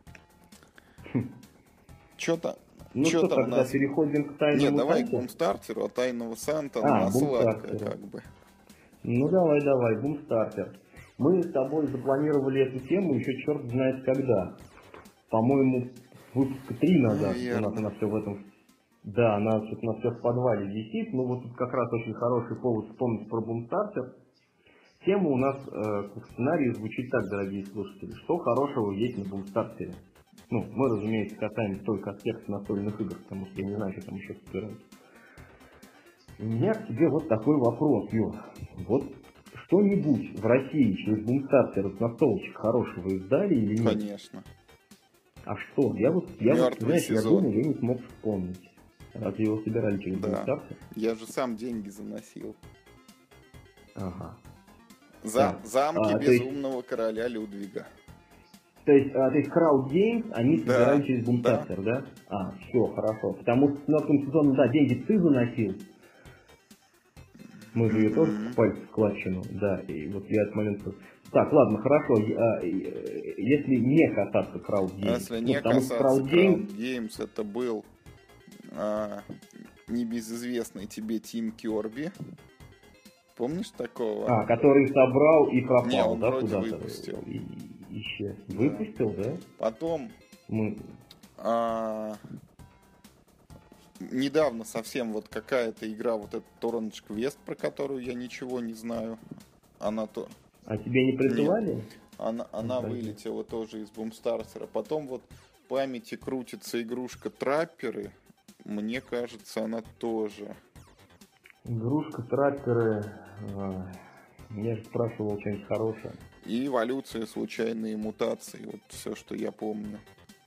Что-то... Ну что, тогда нас... переходим к тайному Нет, давай Санту? к Бумстартеру, а тайного Санта а, на сладкое как бы. Ну давай, давай, Бумстартер. Мы с тобой запланировали эту тему еще черт знает когда. По-моему, выпуска три назад. У нас она все в этом... Да, она что-то у нас все в подвале висит. Ну вот тут как раз очень хороший повод вспомнить про Бумстартер. Тема у нас э, в сценарии звучит так, дорогие слушатели. Что хорошего есть на Бумстартере? Ну, мы, разумеется, касаемся только аспекта настольных игр, потому что я не знаю, что там еще собирают. У меня к тебе вот такой вопрос, Юр. Вот что-нибудь в России через Бумстартер с настолочек хорошего издали или нет? Конечно. А что? Я вот, я вот знаешь, я думаю, я не смог вспомнить. Разве его собирали через да. Бумстартер? Я же сам деньги заносил. Ага. За, да. Замки а, безумного есть... короля Людвига. То есть, а, то есть Crowd Games, они собирали да, через Бумстартер, да. да? А, все, хорошо. Потому что на том сезоне, да, деньги ты заносил. Мы же ее mm-hmm. тоже покупали в складчину, да. И вот я этот момент Так, ладно, хорошо. Если не касаться Crowd Games. Если не ну, касаться Crowd Games... Games, это был а, небезызвестный тебе Тим Керби. Помнишь такого? А, который собрал и пропал, не, он да, вроде куда-то? Выпустил. И, исчез. Да. Выпустил, да? Потом... Мы... А, недавно совсем вот какая-то игра, вот этот Orange Quest, про которую я ничего не знаю. Она то... А тебе не присылали? Нет. Она, она вылетела тоже из бумстартера. Потом вот в памяти крутится игрушка Трапперы. Мне кажется, она тоже. Игрушка Трапперы. Я же спрашивал что-нибудь хорошее. И эволюция, случайные мутации. Вот все, что я помню.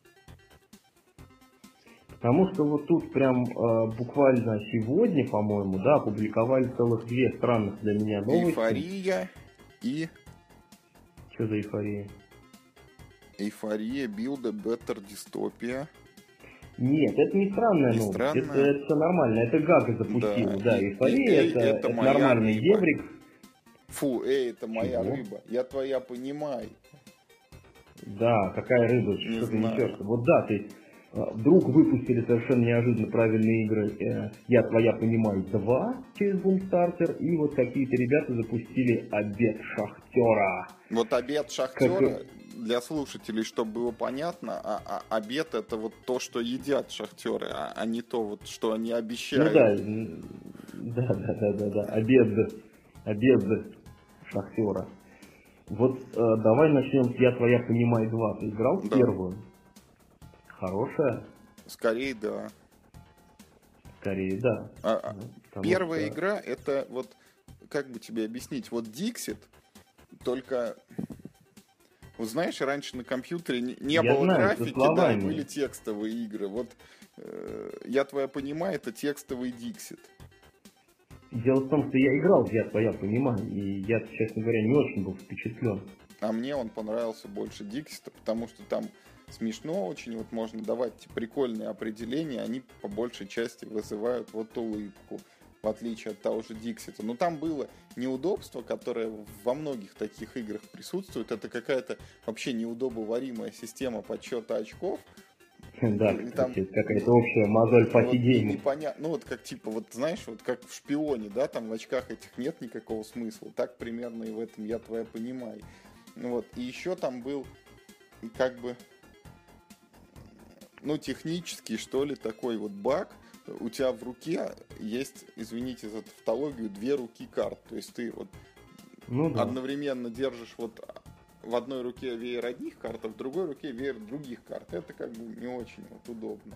Потому что вот тут прям э, буквально сегодня, по-моему, да, опубликовали целых две странных для меня новости. Эйфория и... Что за эйфория? Эйфория, билда, беттер, дистопия. Нет, это не странная не новость. Странная. Это, это все нормально. Это Гага запустила. Да, да, эйфория, и, это, это, это нормальный рыба. Еврик. Фу, эй, это моя Чего? рыба. Я твоя понимаю. Да, какая рыба? Не что ты знаю. несешь? Вот да, ты вдруг выпустили совершенно неожиданно правильные игры э, «Я твоя понимаю» два через Бумстартер, и вот какие-то ребята запустили «Обед шахтера». Вот «Обед шахтера», как... для слушателей, чтобы было понятно, а, а обед это вот то, что едят шахтеры, а, а не то, вот, что они обещают. Ну да, да, да, да, да, да. Обед, обед шахтера. Вот э, давай начнем с «Я твоя понимаю» два. Ты играл в да. первую? Хорошая? Скорее, да. Скорее, да. А, ну, первая что... игра, это вот, как бы тебе объяснить, вот Dixit, только, вот знаешь, раньше на компьютере не, не было знаю, графики, да, и были текстовые игры. Вот э, «Я твоя понимаю» это текстовый Dixit. Дело в том, что я играл в «Я твоя понимаю», и я, честно говоря, не очень был впечатлен. А мне он понравился больше Dixit, потому что там смешно очень, вот можно давать прикольные определения, они по большей части вызывают вот улыбку, в отличие от того же Dixit. Но там было неудобство, которое во многих таких играх присутствует, это какая-то вообще неудобоваримая система подсчета очков. Да, там какая-то общая мозоль по сидению. Непонятно, ну вот как типа, вот знаешь, вот как в «Шпионе», да, там в очках этих нет никакого смысла, так примерно и в этом «Я твоя понимаю». Вот, и еще там был как бы, ну, технический, что ли, такой вот баг. У тебя в руке есть, извините за тавтологию, две руки карт. То есть ты вот ну, да. одновременно держишь вот в одной руке веер одних карт, а в другой руке веер других карт. Это как бы не очень вот удобно.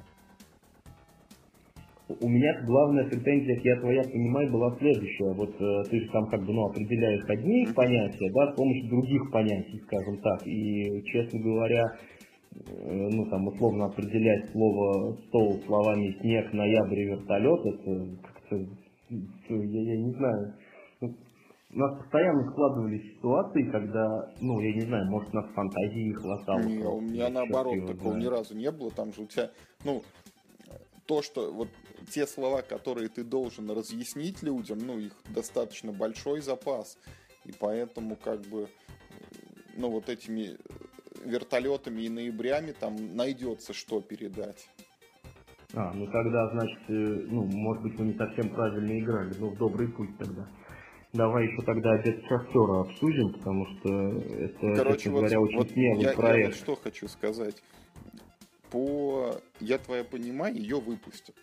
У меня главная претензия, «Я твоя понимаю», была следующая. Вот э, ты же там как бы ну, определяешь одни mm-hmm. понятия, да, с помощью других понятий, скажем так. И, честно говоря, ну, там, условно определять слово «стол» словами «снег», «ноябрь» и «вертолет», это как-то, я, я не знаю. У нас постоянно складывались ситуации, когда, ну, я не знаю, может, у нас фантазии не хватало. Не, у меня наоборот такого ни разу не было. Там же у тебя, ну, то, что вот те слова, которые ты должен разъяснить людям, ну, их достаточно большой запас. И поэтому, как бы, ну, вот этими вертолетами и ноябрями там найдется, что передать. А, ну тогда, значит, ну, может быть, мы не совсем правильно играли, но в добрый путь тогда. Давай еще тогда «Обед шахтера» обсудим, потому что это, короче, честно вот, говоря, очень вот смелый я, проект. Я вот что хочу сказать. По «Я твоя понимаю», ее выпустят.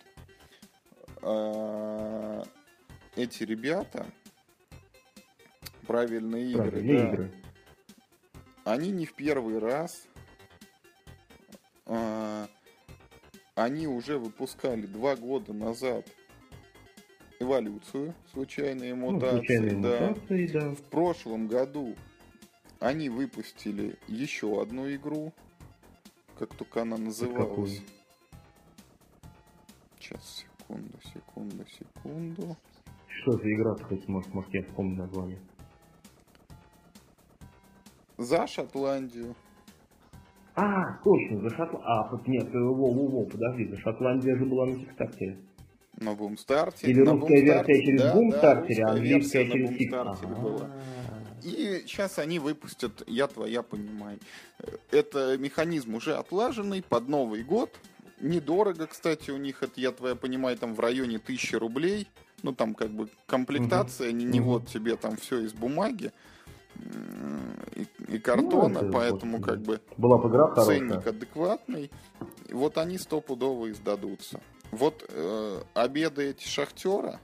А, эти ребята, правильные игры, правильные да, игры. Они не в первый раз, а, они уже выпускали два года назад «Эволюцию», случайные мутации, ну, случайные да. мутации, да. В прошлом году они выпустили еще одну игру, как только она называлась. Сейчас, секунду, секунду, секунду. Что за игра, хоть, может, может, я вспомню название. За Шотландию. А, точно, за Шотландию. А, нет, во-во-во, подожди, за Шотландия же была на Кикстартере. На Бумстартере. Или на русская Бумстартере. версия через да, Бумстартере, да, а английская через через Бумстартере была. И сейчас они выпустят «Я твоя, понимай». Это механизм уже отлаженный под Новый год. Недорого, кстати, у них это «Я твоя, понимай» там в районе тысячи рублей. Ну, там как бы комплектация, не, не вот тебе там все из бумаги и, и картона, ну, поэтому вот, как бы была бы игра ценник хорошая. Адекватный. Вот они стопудово издадутся. Вот э, обеды эти шахтера,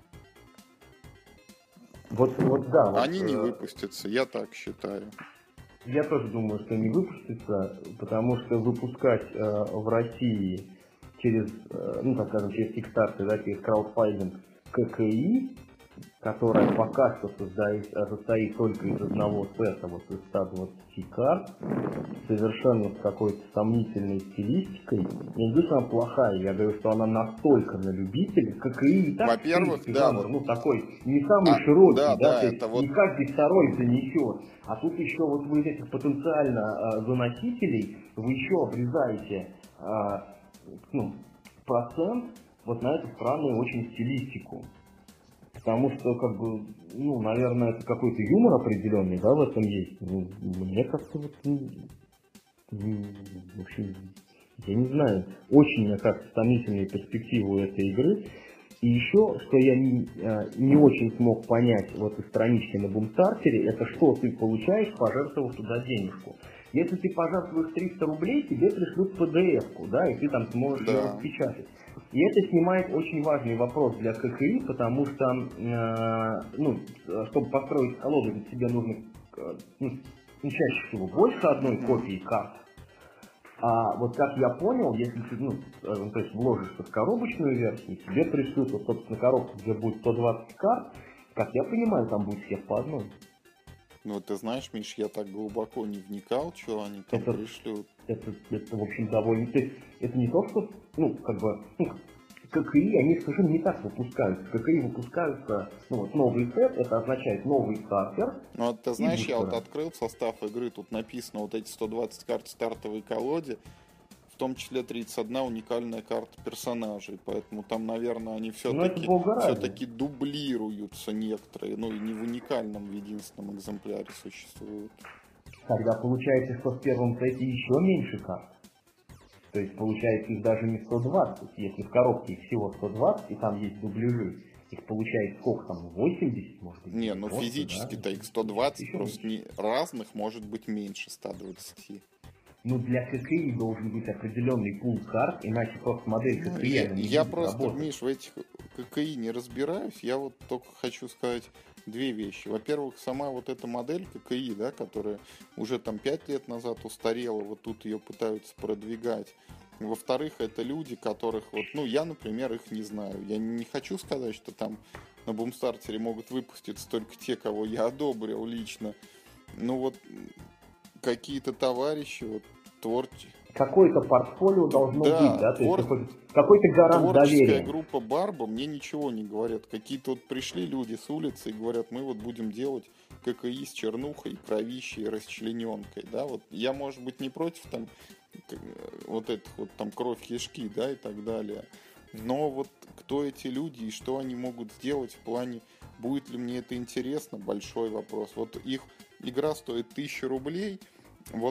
вот, вот, да, вот, они не э... выпустятся, я так считаю. Я тоже думаю, что не выпустится, потому что выпускать э, в России через, э, ну так скажем, через Kickstarter, да, через краудфандинг ККИ, которая пока что создает, состоит только из одного сета, вот из ста двадцати карт, совершенно с какой-то сомнительной стилистикой. Я не говорю, что она плохая, я говорю, что она настолько на любителя. ККИ и так, во-первых, в принципе, да, жанр, ну такой, не самый а, широкий, да, да, да, то есть это вот... не каждый второй занесет. А тут еще вот вы этих потенциально э, заносителей, вы еще обрезаете э, ну, процент вот на эту странную очень стилистику. Потому что, как бы, ну, наверное, это какой-то юмор определенный, да, в этом есть. Ну, мне как-то вот, ну, в общем, я не знаю, очень, мне кажется, томительные перспективы у этой игры. И еще, что я не, не очень смог понять вот из странички на Бумстартере, это что ты получаешь, пожертвовав туда денежку. Если ты пожертвуешь триста рублей, тебе пришлют пи ди эф-ку, да, и ты там сможешь да. ее распечатать. И это снимает очень важный вопрос для ККИ, потому что, э, ну, чтобы построить колоду, тебе нужно, э, ну, чаще всего больше одной копии карт. А вот как я понял, если ты, ну, то есть вложишься в коробочную версию, тебе пришлют, вот, собственно, коробку, где будет сто двадцать карт, как я понимаю, там будет всех по одной. Ну, ты знаешь, Миш, я так глубоко не вникал, что они там это, пришлют. Это, это, в общем, довольно... То есть, это не то, что, ну, как бы, ну, ККИ, они совершенно не так выпускаются. ККИ выпускаются, ну, вот, новый сет, это означает новый стартер. Ну, вот ты знаешь, я вот открыл состав игры, тут написано вот эти сто двадцать карт в стартовой колоде, в том числе тридцать одна уникальная карта персонажей, поэтому там, наверное, они все-таки, все-таки дублируются некоторые, ну и не в уникальном, в единственном экземпляре существуют. Тогда получается, что в первом сете еще меньше карт. То есть получается их даже не сто двадцать, если в коробке их всего сто двадцать, и там есть дубляжи. Их получается сколько там, восемьдесят, может быть? Не, ну физически-то да? Их сто двадцать, просто не, разных может быть меньше ста двадцати. Ну, для ККИ должен быть определенный пул карт, иначе просто модель ККИ... Ну, я не я просто, работать. Миш, в этих ККИ не разбираюсь, я вот только хочу сказать две вещи. Во-первых, сама вот эта модель ККИ, да, которая уже там пять лет назад устарела, вот тут ее пытаются продвигать. Во-вторых, это люди, которых вот, ну, я, например, их не знаю. Я не хочу сказать, что там на Бумстартере могут выпуститься только те, кого я одобрил лично. Ну вот какие-то товарищи, вот творческие. Какое-то портфолио должно да, быть, да? твор... То есть какой-то гарант творческая доверия. группа Барба мне ничего не говорят. Какие-то вот пришли люди с улицы и говорят, мы вот будем делать ККИ с чернухой, кровищей и расчлененкой, да? Вот я, может быть, не против там вот этих вот там кровь, кишки, да, и так далее. Но вот кто эти люди и что они могут сделать в плане, будет ли мне это интересно, большой вопрос. Вот их игра стоит тысячу рублей, вот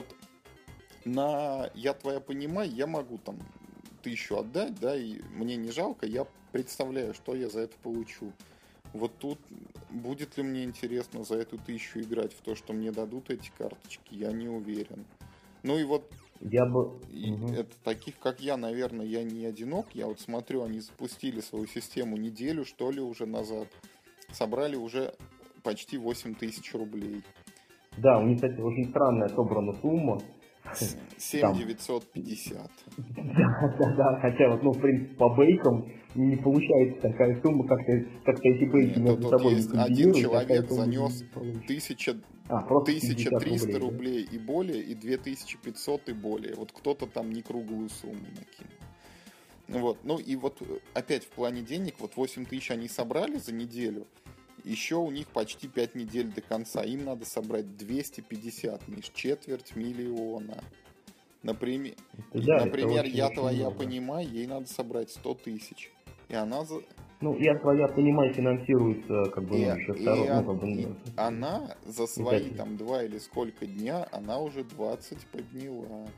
на «Я твоя, понимай» я могу там тысячу отдать, да, и мне не жалко, я представляю, что я за это получу. Вот тут будет ли мне интересно за эту тысячу играть в то, что мне дадут эти карточки, я не уверен. Ну и вот я бы... и угу. Это таких, как я, наверное, я не одинок. Я вот смотрю, они запустили свою систему неделю, что ли, уже назад. Собрали уже почти восемь тысяч рублей. Да, у них, кстати, очень странная собрана сумма. семь тысяч девятьсот пятьдесят. Да, да, да. Хотя вот, ну, в принципе, по бейкам не получается такая сумма, как-то, как-то эти бейки Нет, между собой не комбинируют. Один человек занес тысяча тысяча триста рублей, рублей да? и более, и две тысячи пятьсот и более. Вот кто-то там не круглую сумму накинул. Вот. Ну и вот опять в плане денег, вот восемь тысяч они собрали за неделю. Еще у них почти пять недель до конца. Им надо собрать двести пятьдесят, Миш, четверть миллиона. Например, да, например очень, «Я очень твоя, много. понимай», ей надо собрать сто тысяч. И она за... Ну, я, я понимаю, финансируется как бы, И, ну, еще и, второй, ну, он- как бы, и ну, она за свои издатель. там два или сколько дня, она уже двадцать подняла.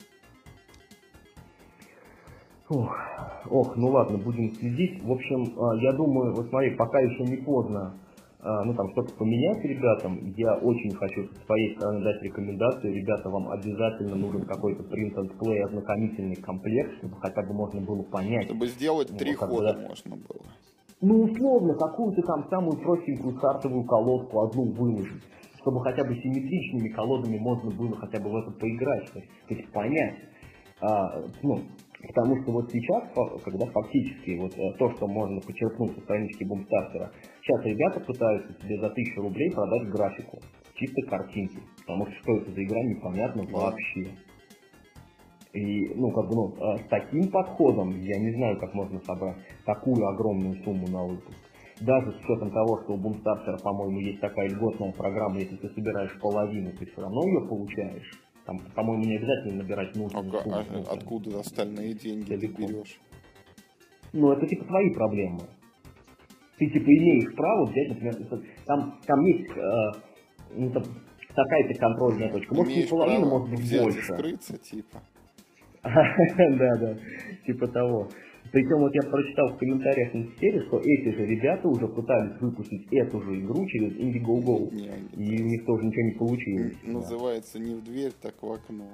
Ох, ох, ну ладно, будем следить. В общем, а, я думаю, вот смотри, пока еще не поздно, а, ну там что-то поменять ребятам. Я очень хочу со своей стороны дать рекомендацию. Ребята, вам обязательно нужен какой-то print and play ознакомительный комплект, чтобы хотя бы можно было понять. Чтобы сделать Ну, три как бы, хода да. можно было. Ну, условно, какую-то там самую простенькую стартовую колодку одну выложить, чтобы хотя бы симметричными колодами можно было хотя бы в это поиграть, то есть, то есть понять. А, ну, потому что вот сейчас, фа- когда фактически вот э, то, что можно почерпнуть со странички бумстартера, сейчас ребята пытаются тебе за тысячу рублей продать графику, чисто картинки, потому что что это за игра, непонятно Да. вообще. И, ну, как бы, ну, э, с таким подходом, я не знаю, как можно собрать такую огромную сумму на выпуск. Даже с учетом того, что у Boomstarter, по-моему, есть такая льготная программа, если ты собираешь половину, ты все равно ее получаешь. Там, по-моему, не обязательно набирать А, нужную ка- сумму. а Ну, прям откуда остальные деньги ты целиком. берешь? Ну, это типа твои проблемы. Ты типа имеешь право взять, например, там, там есть э, ну, там, такая-то контрольная точка. Может, не Имеешь половина, право может быть, взять и больше. скрыться, типа. Да, да, типа того. Причем вот я прочитал в комментариях на серии, что эти же ребята уже пытались выпустить эту же игру через Indiegogo, Не, и у них тоже ничего не н- получилось. Да. называется не в дверь, так в окно.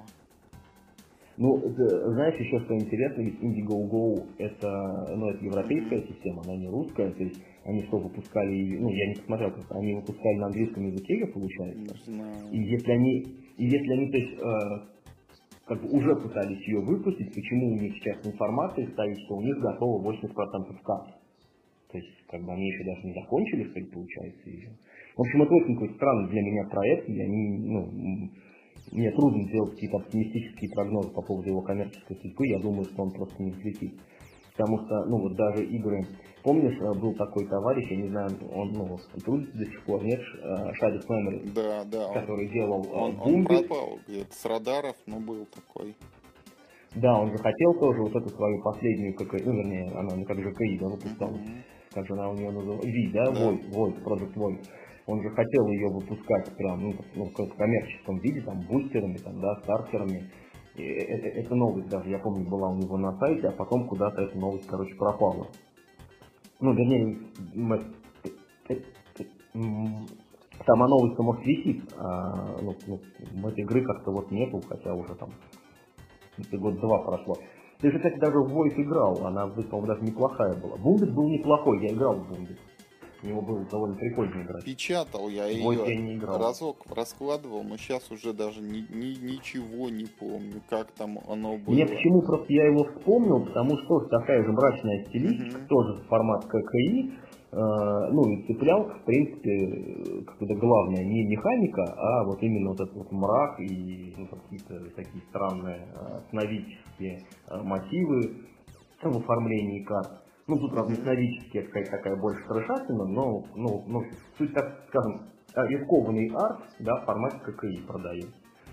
Ну, это, знаешь, еще что интересно, ведь Indiegogo это, ну, это европейская Мгм. система, она не русская, то есть они что, выпускали, ну, я не посмотрел, просто они выпускали на английском языке, ее получается. Не знаю. И если они, и если они, то есть, э, как бы уже пытались ее выпустить, почему у них сейчас информация стоит, что у них готово восемьдесят процентов карт. То есть, как бы они еще даже не закончили, что ли, получается, ее. В общем, это очень какой-то странный для меня проект, и они, ну, м, мне трудно сделать какие-то оптимистические прогнозы по поводу его коммерческой судьбы, я думаю, что он просто не взлетит. Потому что, ну, вот даже игры, помнишь, э, был такой товарищ, я не знаю, он, ну, он трудится до сих пор, нет, Ш- э, Shadow Memory, Да, да, он, который делал э, он, он Бумби. пропал где-то с радаров, но был такой. Да, он же хотел тоже вот эту свою последнюю ККИ, ну, вернее, она ну, как же КИ, да, выпускалась. Мгм. Как же она у нее называлась? Ви, да, Да. Void, Void, Project Void. Он же хотел ее выпускать прям, ну, так, ну, в коммерческом виде, там, бустерами, там, да, стартерами. И это, это новость даже, я помню, была у него на сайте, а потом куда-то эта новость, короче, пропала. Ну, вернее, м, э, э, э, м, сама новость-то, может, висит, а, ну, ну, в этой игры как-то вот нету, хотя уже там это год-два прошло. Ты же, кстати, даже в Void играл, она, по-моему, даже неплохая была. Бумбит был неплохой, я играл в Бумбит. В него было довольно прикольно играть. Печатал я В Void я ее не играл. разок, раскладывал, но сейчас уже даже ни, ни- ничего не помню, как там оно было. Я почему просто я его вспомнил, потому что тоже такая же мрачная стилистика, Мгм. тоже формат ККИ, э, ну и цеплял, в принципе, э, как-то главное не механика, а вот именно вот этот вот мрак и ну, какие-то такие странные э, сновидческие э, мотивы в оформлении карт. Ну, тут, правда, сновидческие, какая-то такая больше трешатина, но, ну, ну, суть, так скажем, э, рискованный арт, да, в формате ККИ продает.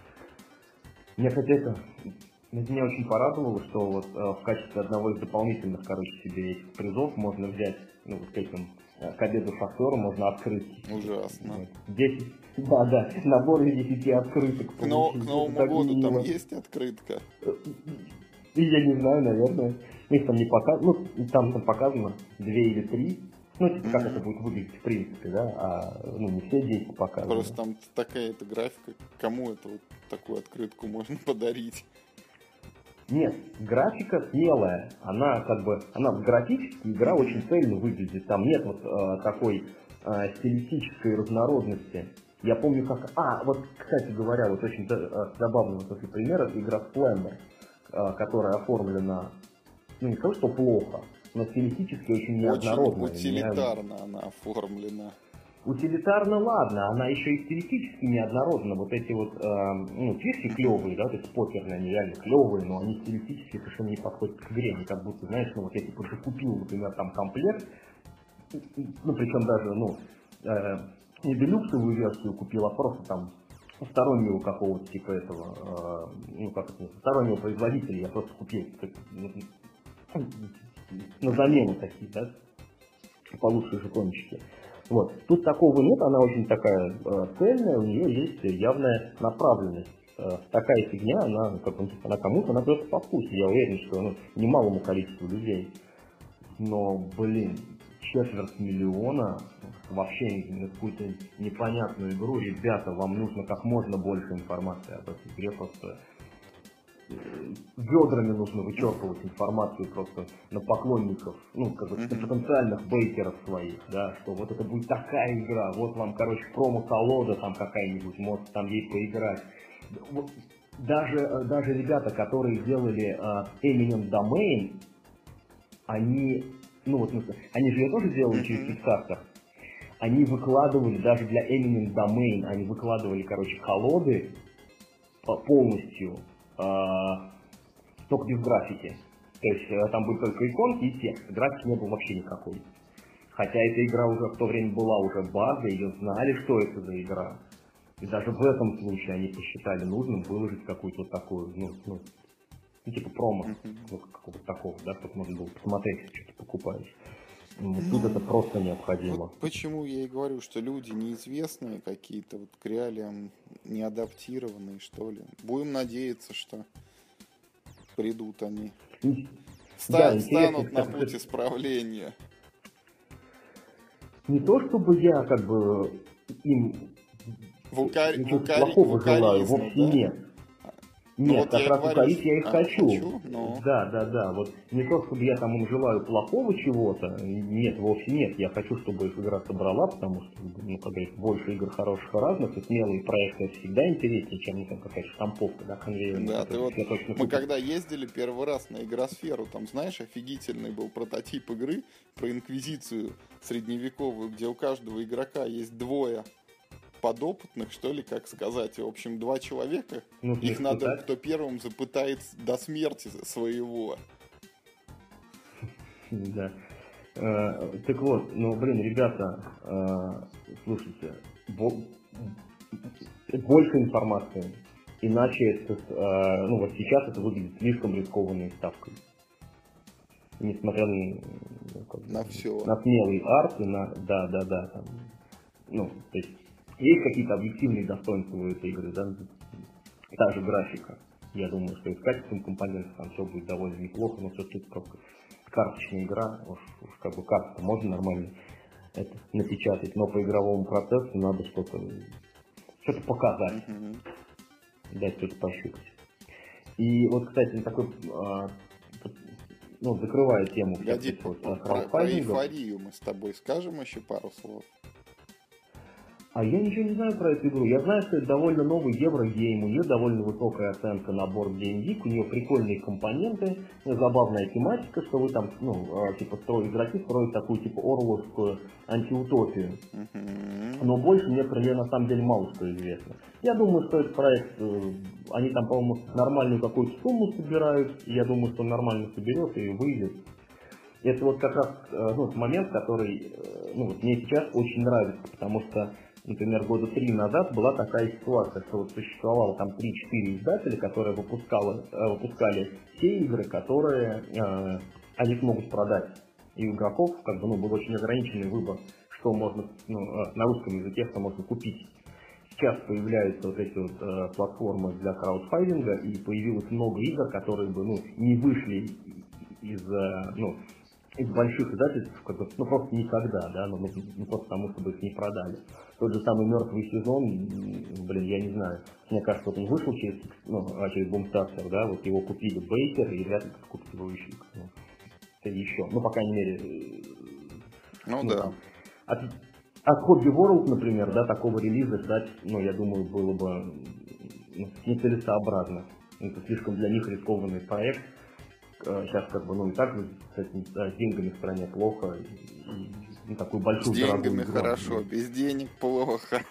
Мне, кстати, это, это меня очень порадовало, что вот э, в качестве одного из дополнительных, короче, себе этих призов можно взять, ну, вот к этим, э, к обеду шахтера можно открыть. Ужасно. десять, да, да, набор из десяти открыток. К, но- получить. к Это Новому так году там мило. есть открытка? И я не знаю, наверное. Их там не показано, ну, там, там показано две или три. Ну, типа, как Мгм. это будет выглядеть в принципе, да, а, ну, не все десять показаны. Просто там такая-то графика, кому это вот такую открытку можно подарить? Нет, графика смелая, она как бы, она графически, игра Мгм. очень цельно выглядит, там нет вот э, такой э, стилистической разнородности. Я помню как, а, вот, кстати говоря, вот очень э, забавный вот такой пример, это игра Splendor, э, которая оформлена, ну не скажу, что плохо, но стилистически очень Очень неоднородная. утилитарно она оформлена. Утилитарно, ладно, она еще и стилистически неоднородна. Вот эти вот, э, ну, фишки клевые, да, то есть покерные, они реально клевые, но они стилистически совершенно не подходят к игре. Они как будто, знаешь, ну вот я типа уже купил, например, там комплект, ну причем даже, ну, э, не делюксовую версию купил, а просто там стороннего какого-то типа этого, э, ну как это, стороннего производителя я просто купил, как, ну, на замену такие, да. получше жетончики. Вот. Тут такого нет, она очень такая э, цельная, у нее есть явная направленность. Э, такая фигня, она, как он, она кому-то, она просто по вкусу. Я уверен, что ну, немалому количеству людей. Но, блин, четверть миллиона вообще на какую-то непонятную игру. Ребята, вам нужно как можно больше информации об этой игре. Просто ведрами нужно вычерпывать информацию просто на поклонников, ну, как бы, на потенциальных бейкеров своих, да, что вот это будет такая игра, вот вам, короче, промо-колода там какая-нибудь, может там ей поиграть. Вот, даже, даже ребята, которые делали uh, Eminent Domain, они, ну вот, они же ее тоже делали через Kickstarter, они выкладывали, даже для Eminent Domain, они выкладывали, короче, колоды полностью, Uh, только без графики. То есть uh, там были только иконки и текст. Графики не было вообще никакой. Хотя эта игра уже в то время была уже базой, ее знали, что это за игра. И даже в этом случае они посчитали нужным выложить какую-то вот такую, ну, ну, ну типа промо, mm-hmm. ну, какого-то такого, да, чтобы можно было посмотреть, если что-то покупаешь. Ну, тут это просто необходимо. Вот почему я и говорю, что люди неизвестные какие-то, вот к реалиям не адаптированные, что ли. Будем надеяться, что придут они. Ста- да, станут на путь исправления. Не то, чтобы я как бы им Вукари... ничего вукари... плохого желаю, вовсе да? нет. Ну, Нет, вот как раз укорить я их а, хочу. хочу но... Да, да, да. Вот не то, чтобы я там им желаю плохого чего-то. Нет, вовсе нет. Я хочу, чтобы их игра собрала, потому что, ну, как говорится, больше игр хороших и разных, и смелые проекты всегда интереснее, чем там какая-то штамповка, да, конвейерная. Да, ты вот, мы купил. Когда ездили первый раз на Игросферу, там, знаешь, офигительный был прототип игры про инквизицию средневековую, где у каждого игрока есть двое подопытных, что ли, как сказать. В общем, два человека. Ну, их надо, так? Кто первым запытает до смерти своего. Да. Э, так вот, ну, блин, ребята, э, слушайте, бо- больше информации. Иначе это, э, ну, вот сейчас это выглядит слишком рискованной ставкой. Несмотря на, ну, как, на все. На смелый арт и на, да, да, да, там, ну, то есть есть какие-то объективные достоинства у этой игры, да? Та же графика. Я думаю, что и с качеством компонентов там все будет довольно неплохо, но все-таки просто карточная игра, уж, уж как бы карту можно нормально это напечатать, но по игровому процессу надо что-то что-то показать, mm-hmm. дать что-то пощупать. И вот, кстати, такой, а, ну, закрывая тему. Погоди, про, про, про эйфорию мы с тобой скажем еще пару слов. А я ничего не знаю про эту игру. Я знаю, что это довольно новый еврогейм, у нее довольно высокая оценка на Board Game Geek, у нее прикольные компоненты, забавная тематика, что вы там, ну, типа, строите, игроки строят такую, типа, орловскую антиутопию. Mm-hmm. Но больше мне про нее, на самом деле, мало что известно. Я думаю, что этот проект, они там, по-моему, нормальную какую-то сумму собирают, и я думаю, что он нормально соберет и выйдет. Это вот как раз, ну, момент, который, ну, вот мне сейчас очень нравится, потому что, например, года три назад была такая ситуация, что вот существовало там три-четыре издателя, которые выпускали, выпускали те игры, которые э, они смогут продать. И у игроков как бы, ну, был очень ограниченный выбор, что можно, ну, на русском языке, что можно купить. Сейчас появляются вот эти вот э, платформы для краудфандинга, и появилось много игр, которые бы, ну, не вышли из, э, ну, из больших издательств, как бы, ну, просто никогда, да, ну, ну, просто потому, чтобы их не продали. Тот же самый «Мертвый сезон», блин, я не знаю, мне кажется, вот он вышел через, ну, через Boomstarter, да, вот его купили Бейкер, и вряд ли купит его еще, ну, еще, ну, по крайней мере, ну, ну да. Там, от, от Hobby World, например, да, такого релиза ждать, ну, я думаю, было бы, ну, нецелесообразно. Это слишком для них рискованный проект. Сейчас как бы, ну, и так с этими с деньгами в стране плохо. И, ну, такую большую с деньгами игру, хорошо, да. Без денег плохо.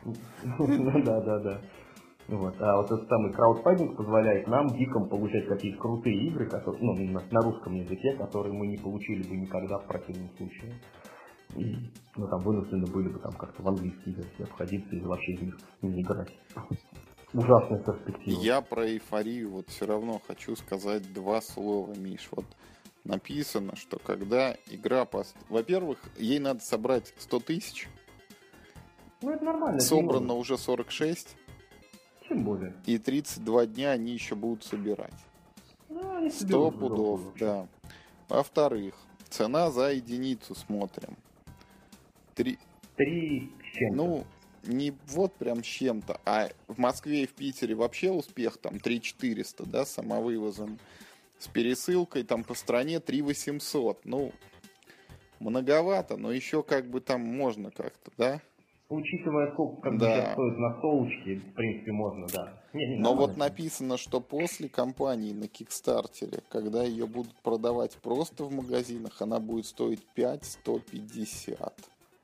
Ну да, да, да. Вот. А вот этот самый краудфандинг позволяет нам, гикам, получать какие-то крутые игры, которые, ну, на, на русском языке, которые мы не получили бы никогда в противном случае. И, ну, там вынуждены были бы там как-то в английские версии обходиться или вообще из них не играть. Ужасная перспектива. Я про эйфорию вот все равно хочу сказать два слова, Миш. Вот написано, что когда игра... Пост... Во-первых, ей надо собрать сто тысяч. Ну, это нормально. Собрано уже сорок шесть. Тем более. И тридцать два дня они еще будут собирать. Ну, сто пудов, да. Во-вторых, цена за единицу смотрим. Три... Три с чем-то. Ну, не вот прям с чем-то, а в Москве и в Питере вообще успех там три четыреста, да, самовывозом. С пересылкой там по стране три восемьсот. Ну, многовато, но еще как бы там можно как-то, да? Учитывая, сколько как да. бы сейчас стоит на столочке, в принципе, можно, да. Не, не Но вот написано, что после кампании на Кикстартере, когда ее будут продавать просто в магазинах, она будет стоить пять сто пятьдесят.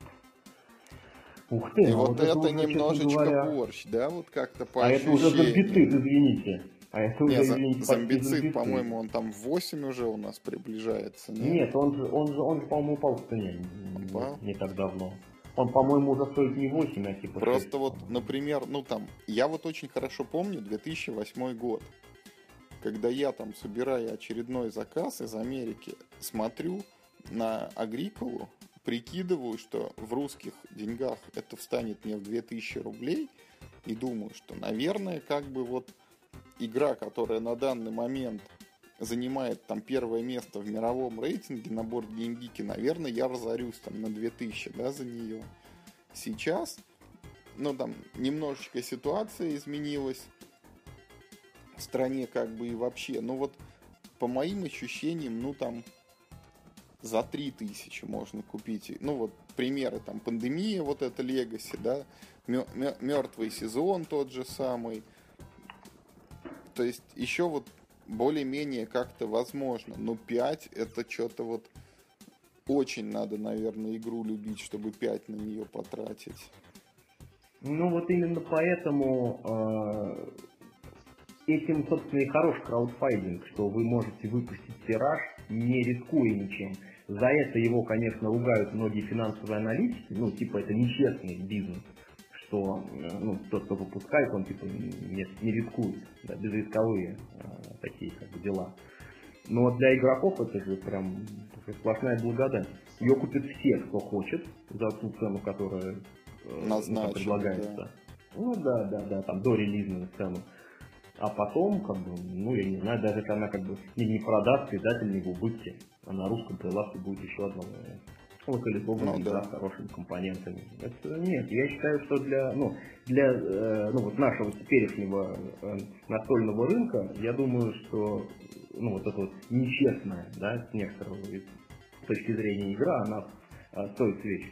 Ух ты, и а вот, вот это, это уже, немножечко говоря... борщ, да, вот как-то по А ощущениям. это уже зомбицид, извините. А это не, уже, извините, зомбицид, по-моему, он там в восемь уже у нас приближается. Нет, нет он же, он же, он же, по-моему, упал в цене не, не так давно. Он, по-моему, уже стоит не восемь, а типа Просто шесть, вот, например, ну там, я вот очень хорошо помню две тысячи восьмой год, когда я там, собирая очередной заказ из Америки, смотрю на Агриколу, прикидываю, что в русских деньгах это встанет мне в две тысячи рублей, и думаю, что, наверное, как бы вот игра, которая на данный момент занимает там первое место в мировом рейтинге на Board Game Geek, наверное, я разорюсь там на две тысячи, да, за нее. Сейчас, ну там, немножечко ситуация изменилась в стране как бы и вообще, ну вот, по моим ощущениям, ну там, за три тысячи можно купить, ну вот, примеры, там, пандемия, вот это Legacy, да, мертвый сезон тот же самый, то есть, еще вот более-менее как-то возможно. Но пять это что-то вот очень надо, наверное, игру любить, чтобы пять на нее потратить. Ну вот именно поэтому э, этим, собственно, и хорош краудфандинг, что вы можете выпустить тираж, не рискуя ничем. За это его, конечно, ругают многие финансовые аналитики, ну типа это нечестный бизнес, что ну, тот, кто выпускает, он типа не, не рискует, да, безрисковые э, такие как бы дела. Но для игроков это же прям сплошная благодать. Ее купят все, кто хочет, за ту цену, которая э, ну, предлагается. Да. Ну да, да, да, там до релизную цену. А потом, как бы, ну я не знаю, даже если она как бы не, не продастся, издатель не в убытке, а на русском прилавке будет еще одна локализованная ну, игра да. с хорошими компонентами. Это нет, я считаю, что для, ну, для э, ну, вот нашего теперешнего э, настольного рынка, я думаю, что ну, вот эта вот нечестная, да, с некоторой точки зрения игра, она э, стоит свеч.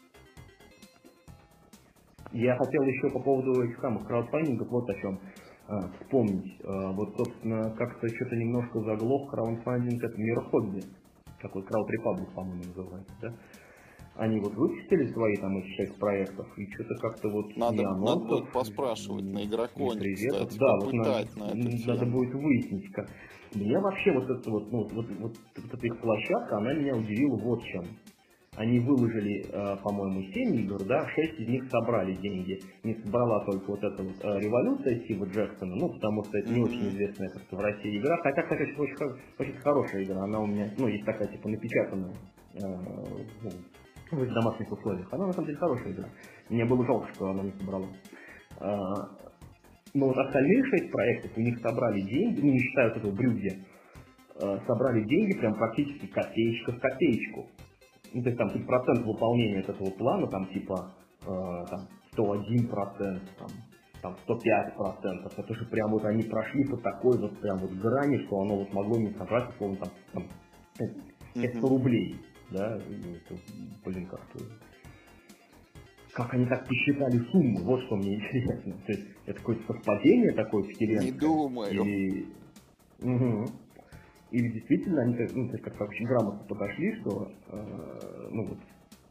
Я хотел еще по поводу этих самых краудфандингов вот о чем э, вспомнить. Э, вот, собственно, как-то что-то немножко заглох краудфандинг, это Мир Хобби. Такой Crowd Republic, по-моему, называется, да? Они вот выпустили свои там эти шесть проектов, и что-то как-то вот... Надо, надо будет поспрашивать на Игроконе, кстати, да, вот надо, на эту надо будет выяснить, как... Меня вообще вот эта вот, ну, вот, вот, вот эта их площадка, она меня удивила вот чем. Они выложили, э, по-моему, семь игр, да, шесть из них собрали деньги. Не собрала только вот эта вот э, революция Стива Джексона, ну, потому что это не mm-hmm. очень известная как-то в России игра. Хотя, кстати, очень, очень хорошая игра, она у меня, ну, есть такая, типа, напечатанная э, ну, в домашних условиях. Она, на самом деле, хорошая игра. Мне было жалко, что она не собрала. Э, но вот остальные шесть проектов, у них собрали деньги, ну, не считая вот этого брюгге, э, собрали деньги прям практически копеечка в копеечку. Ну, то есть там типа, процент выполнения этого плана, там типа э, там, сто один процент, там, там сто пять процентов. Это же прям вот они прошли по такой вот прям вот грани, что оно вот могло не собрать, условно, там, там пятьсот рублей, да, это, блин, как-то... Как они так посчитали сумму, вот что мне интересно. То есть это какое-то совпадение такое вселенское? Не думаю. Или... Угу. Или действительно они ну, то есть, как-то очень грамотно подошли, что э, ну вот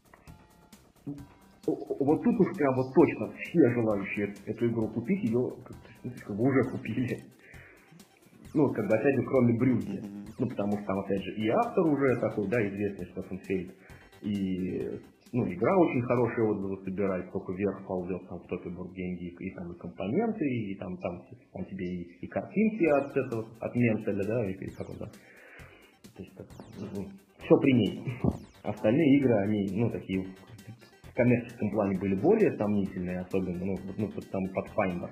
вот тут уж прям вот точно все желающие эту игру купить, ее ну, как бы уже купили. Ну, как бы опять же, кроме брюки. Mm-hmm. Ну, потому что там опять же и автор уже такой, да, известный Стефан Фейт, и ну, игра очень хорошие отзывы собирает, только вверх ползет там в топе Board Game Geek, и там и компоненты, и там, там, там тебе и, и картинки от этого, от Менцеля, да, и, и как он, да. То есть, ну, все при ней. Остальные игры, они, ну, такие в коммерческом плане были более сомнительные, особенно, ну, ну там Pathfinder.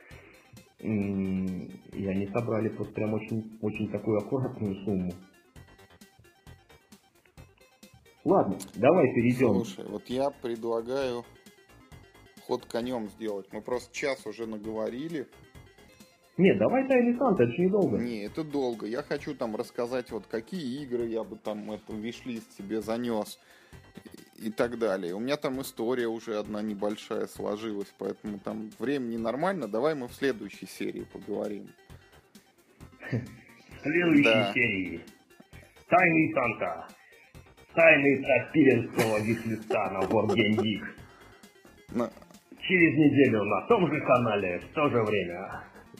И они собрали просто прям очень, очень такую аккуратную сумму. Ладно, давай перейдем. Слушай, вот я предлагаю ход конем сделать. Мы просто час уже наговорили. Нет, давай Тайный Санта, это же недолго. Не, это долго. Я хочу там рассказать, вот какие игры я бы там это в виш-лист себе занес и так далее. У меня там история уже одна небольшая сложилась, поэтому там времени нормально. Давай мы в следующей серии поговорим. В следующей да. серии Тайный Санта. Тайны Тропиринского виш-листа на Board Game Geek. На... Через неделю на том же канале, в то же время.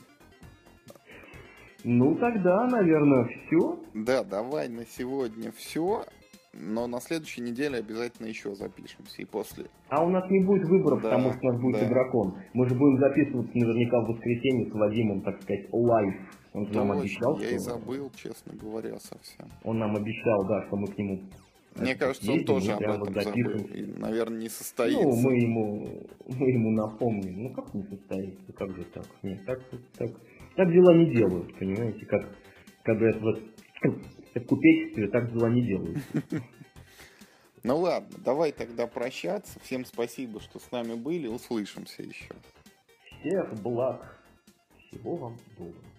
Ну тогда, наверное, все. Да, давай на сегодня все. Но на следующей неделе обязательно еще запишемся. И после. А у нас не будет выборов, да, потому что у нас будет да. игроком. Мы же будем записываться наверняка в воскресенье с Вадимом, так сказать, лайв. Он же нам обещал, я что... и забыл, честно говоря, совсем. Он нам обещал, да, что мы к нему... Мне кажется, ездим, он тоже об этом вот забыл. И, наверное, не состоится. Ну, мы ему, мы ему напомним. Ну, как не состоится? Как же так? Нет, так, так, так дела не делают, понимаете? Как, как говорят, вот, в купечестве так дела не делают. Ну ладно, давай тогда прощаться. Всем спасибо, что с нами были. Услышимся еще. Всех благ. Всего вам доброго.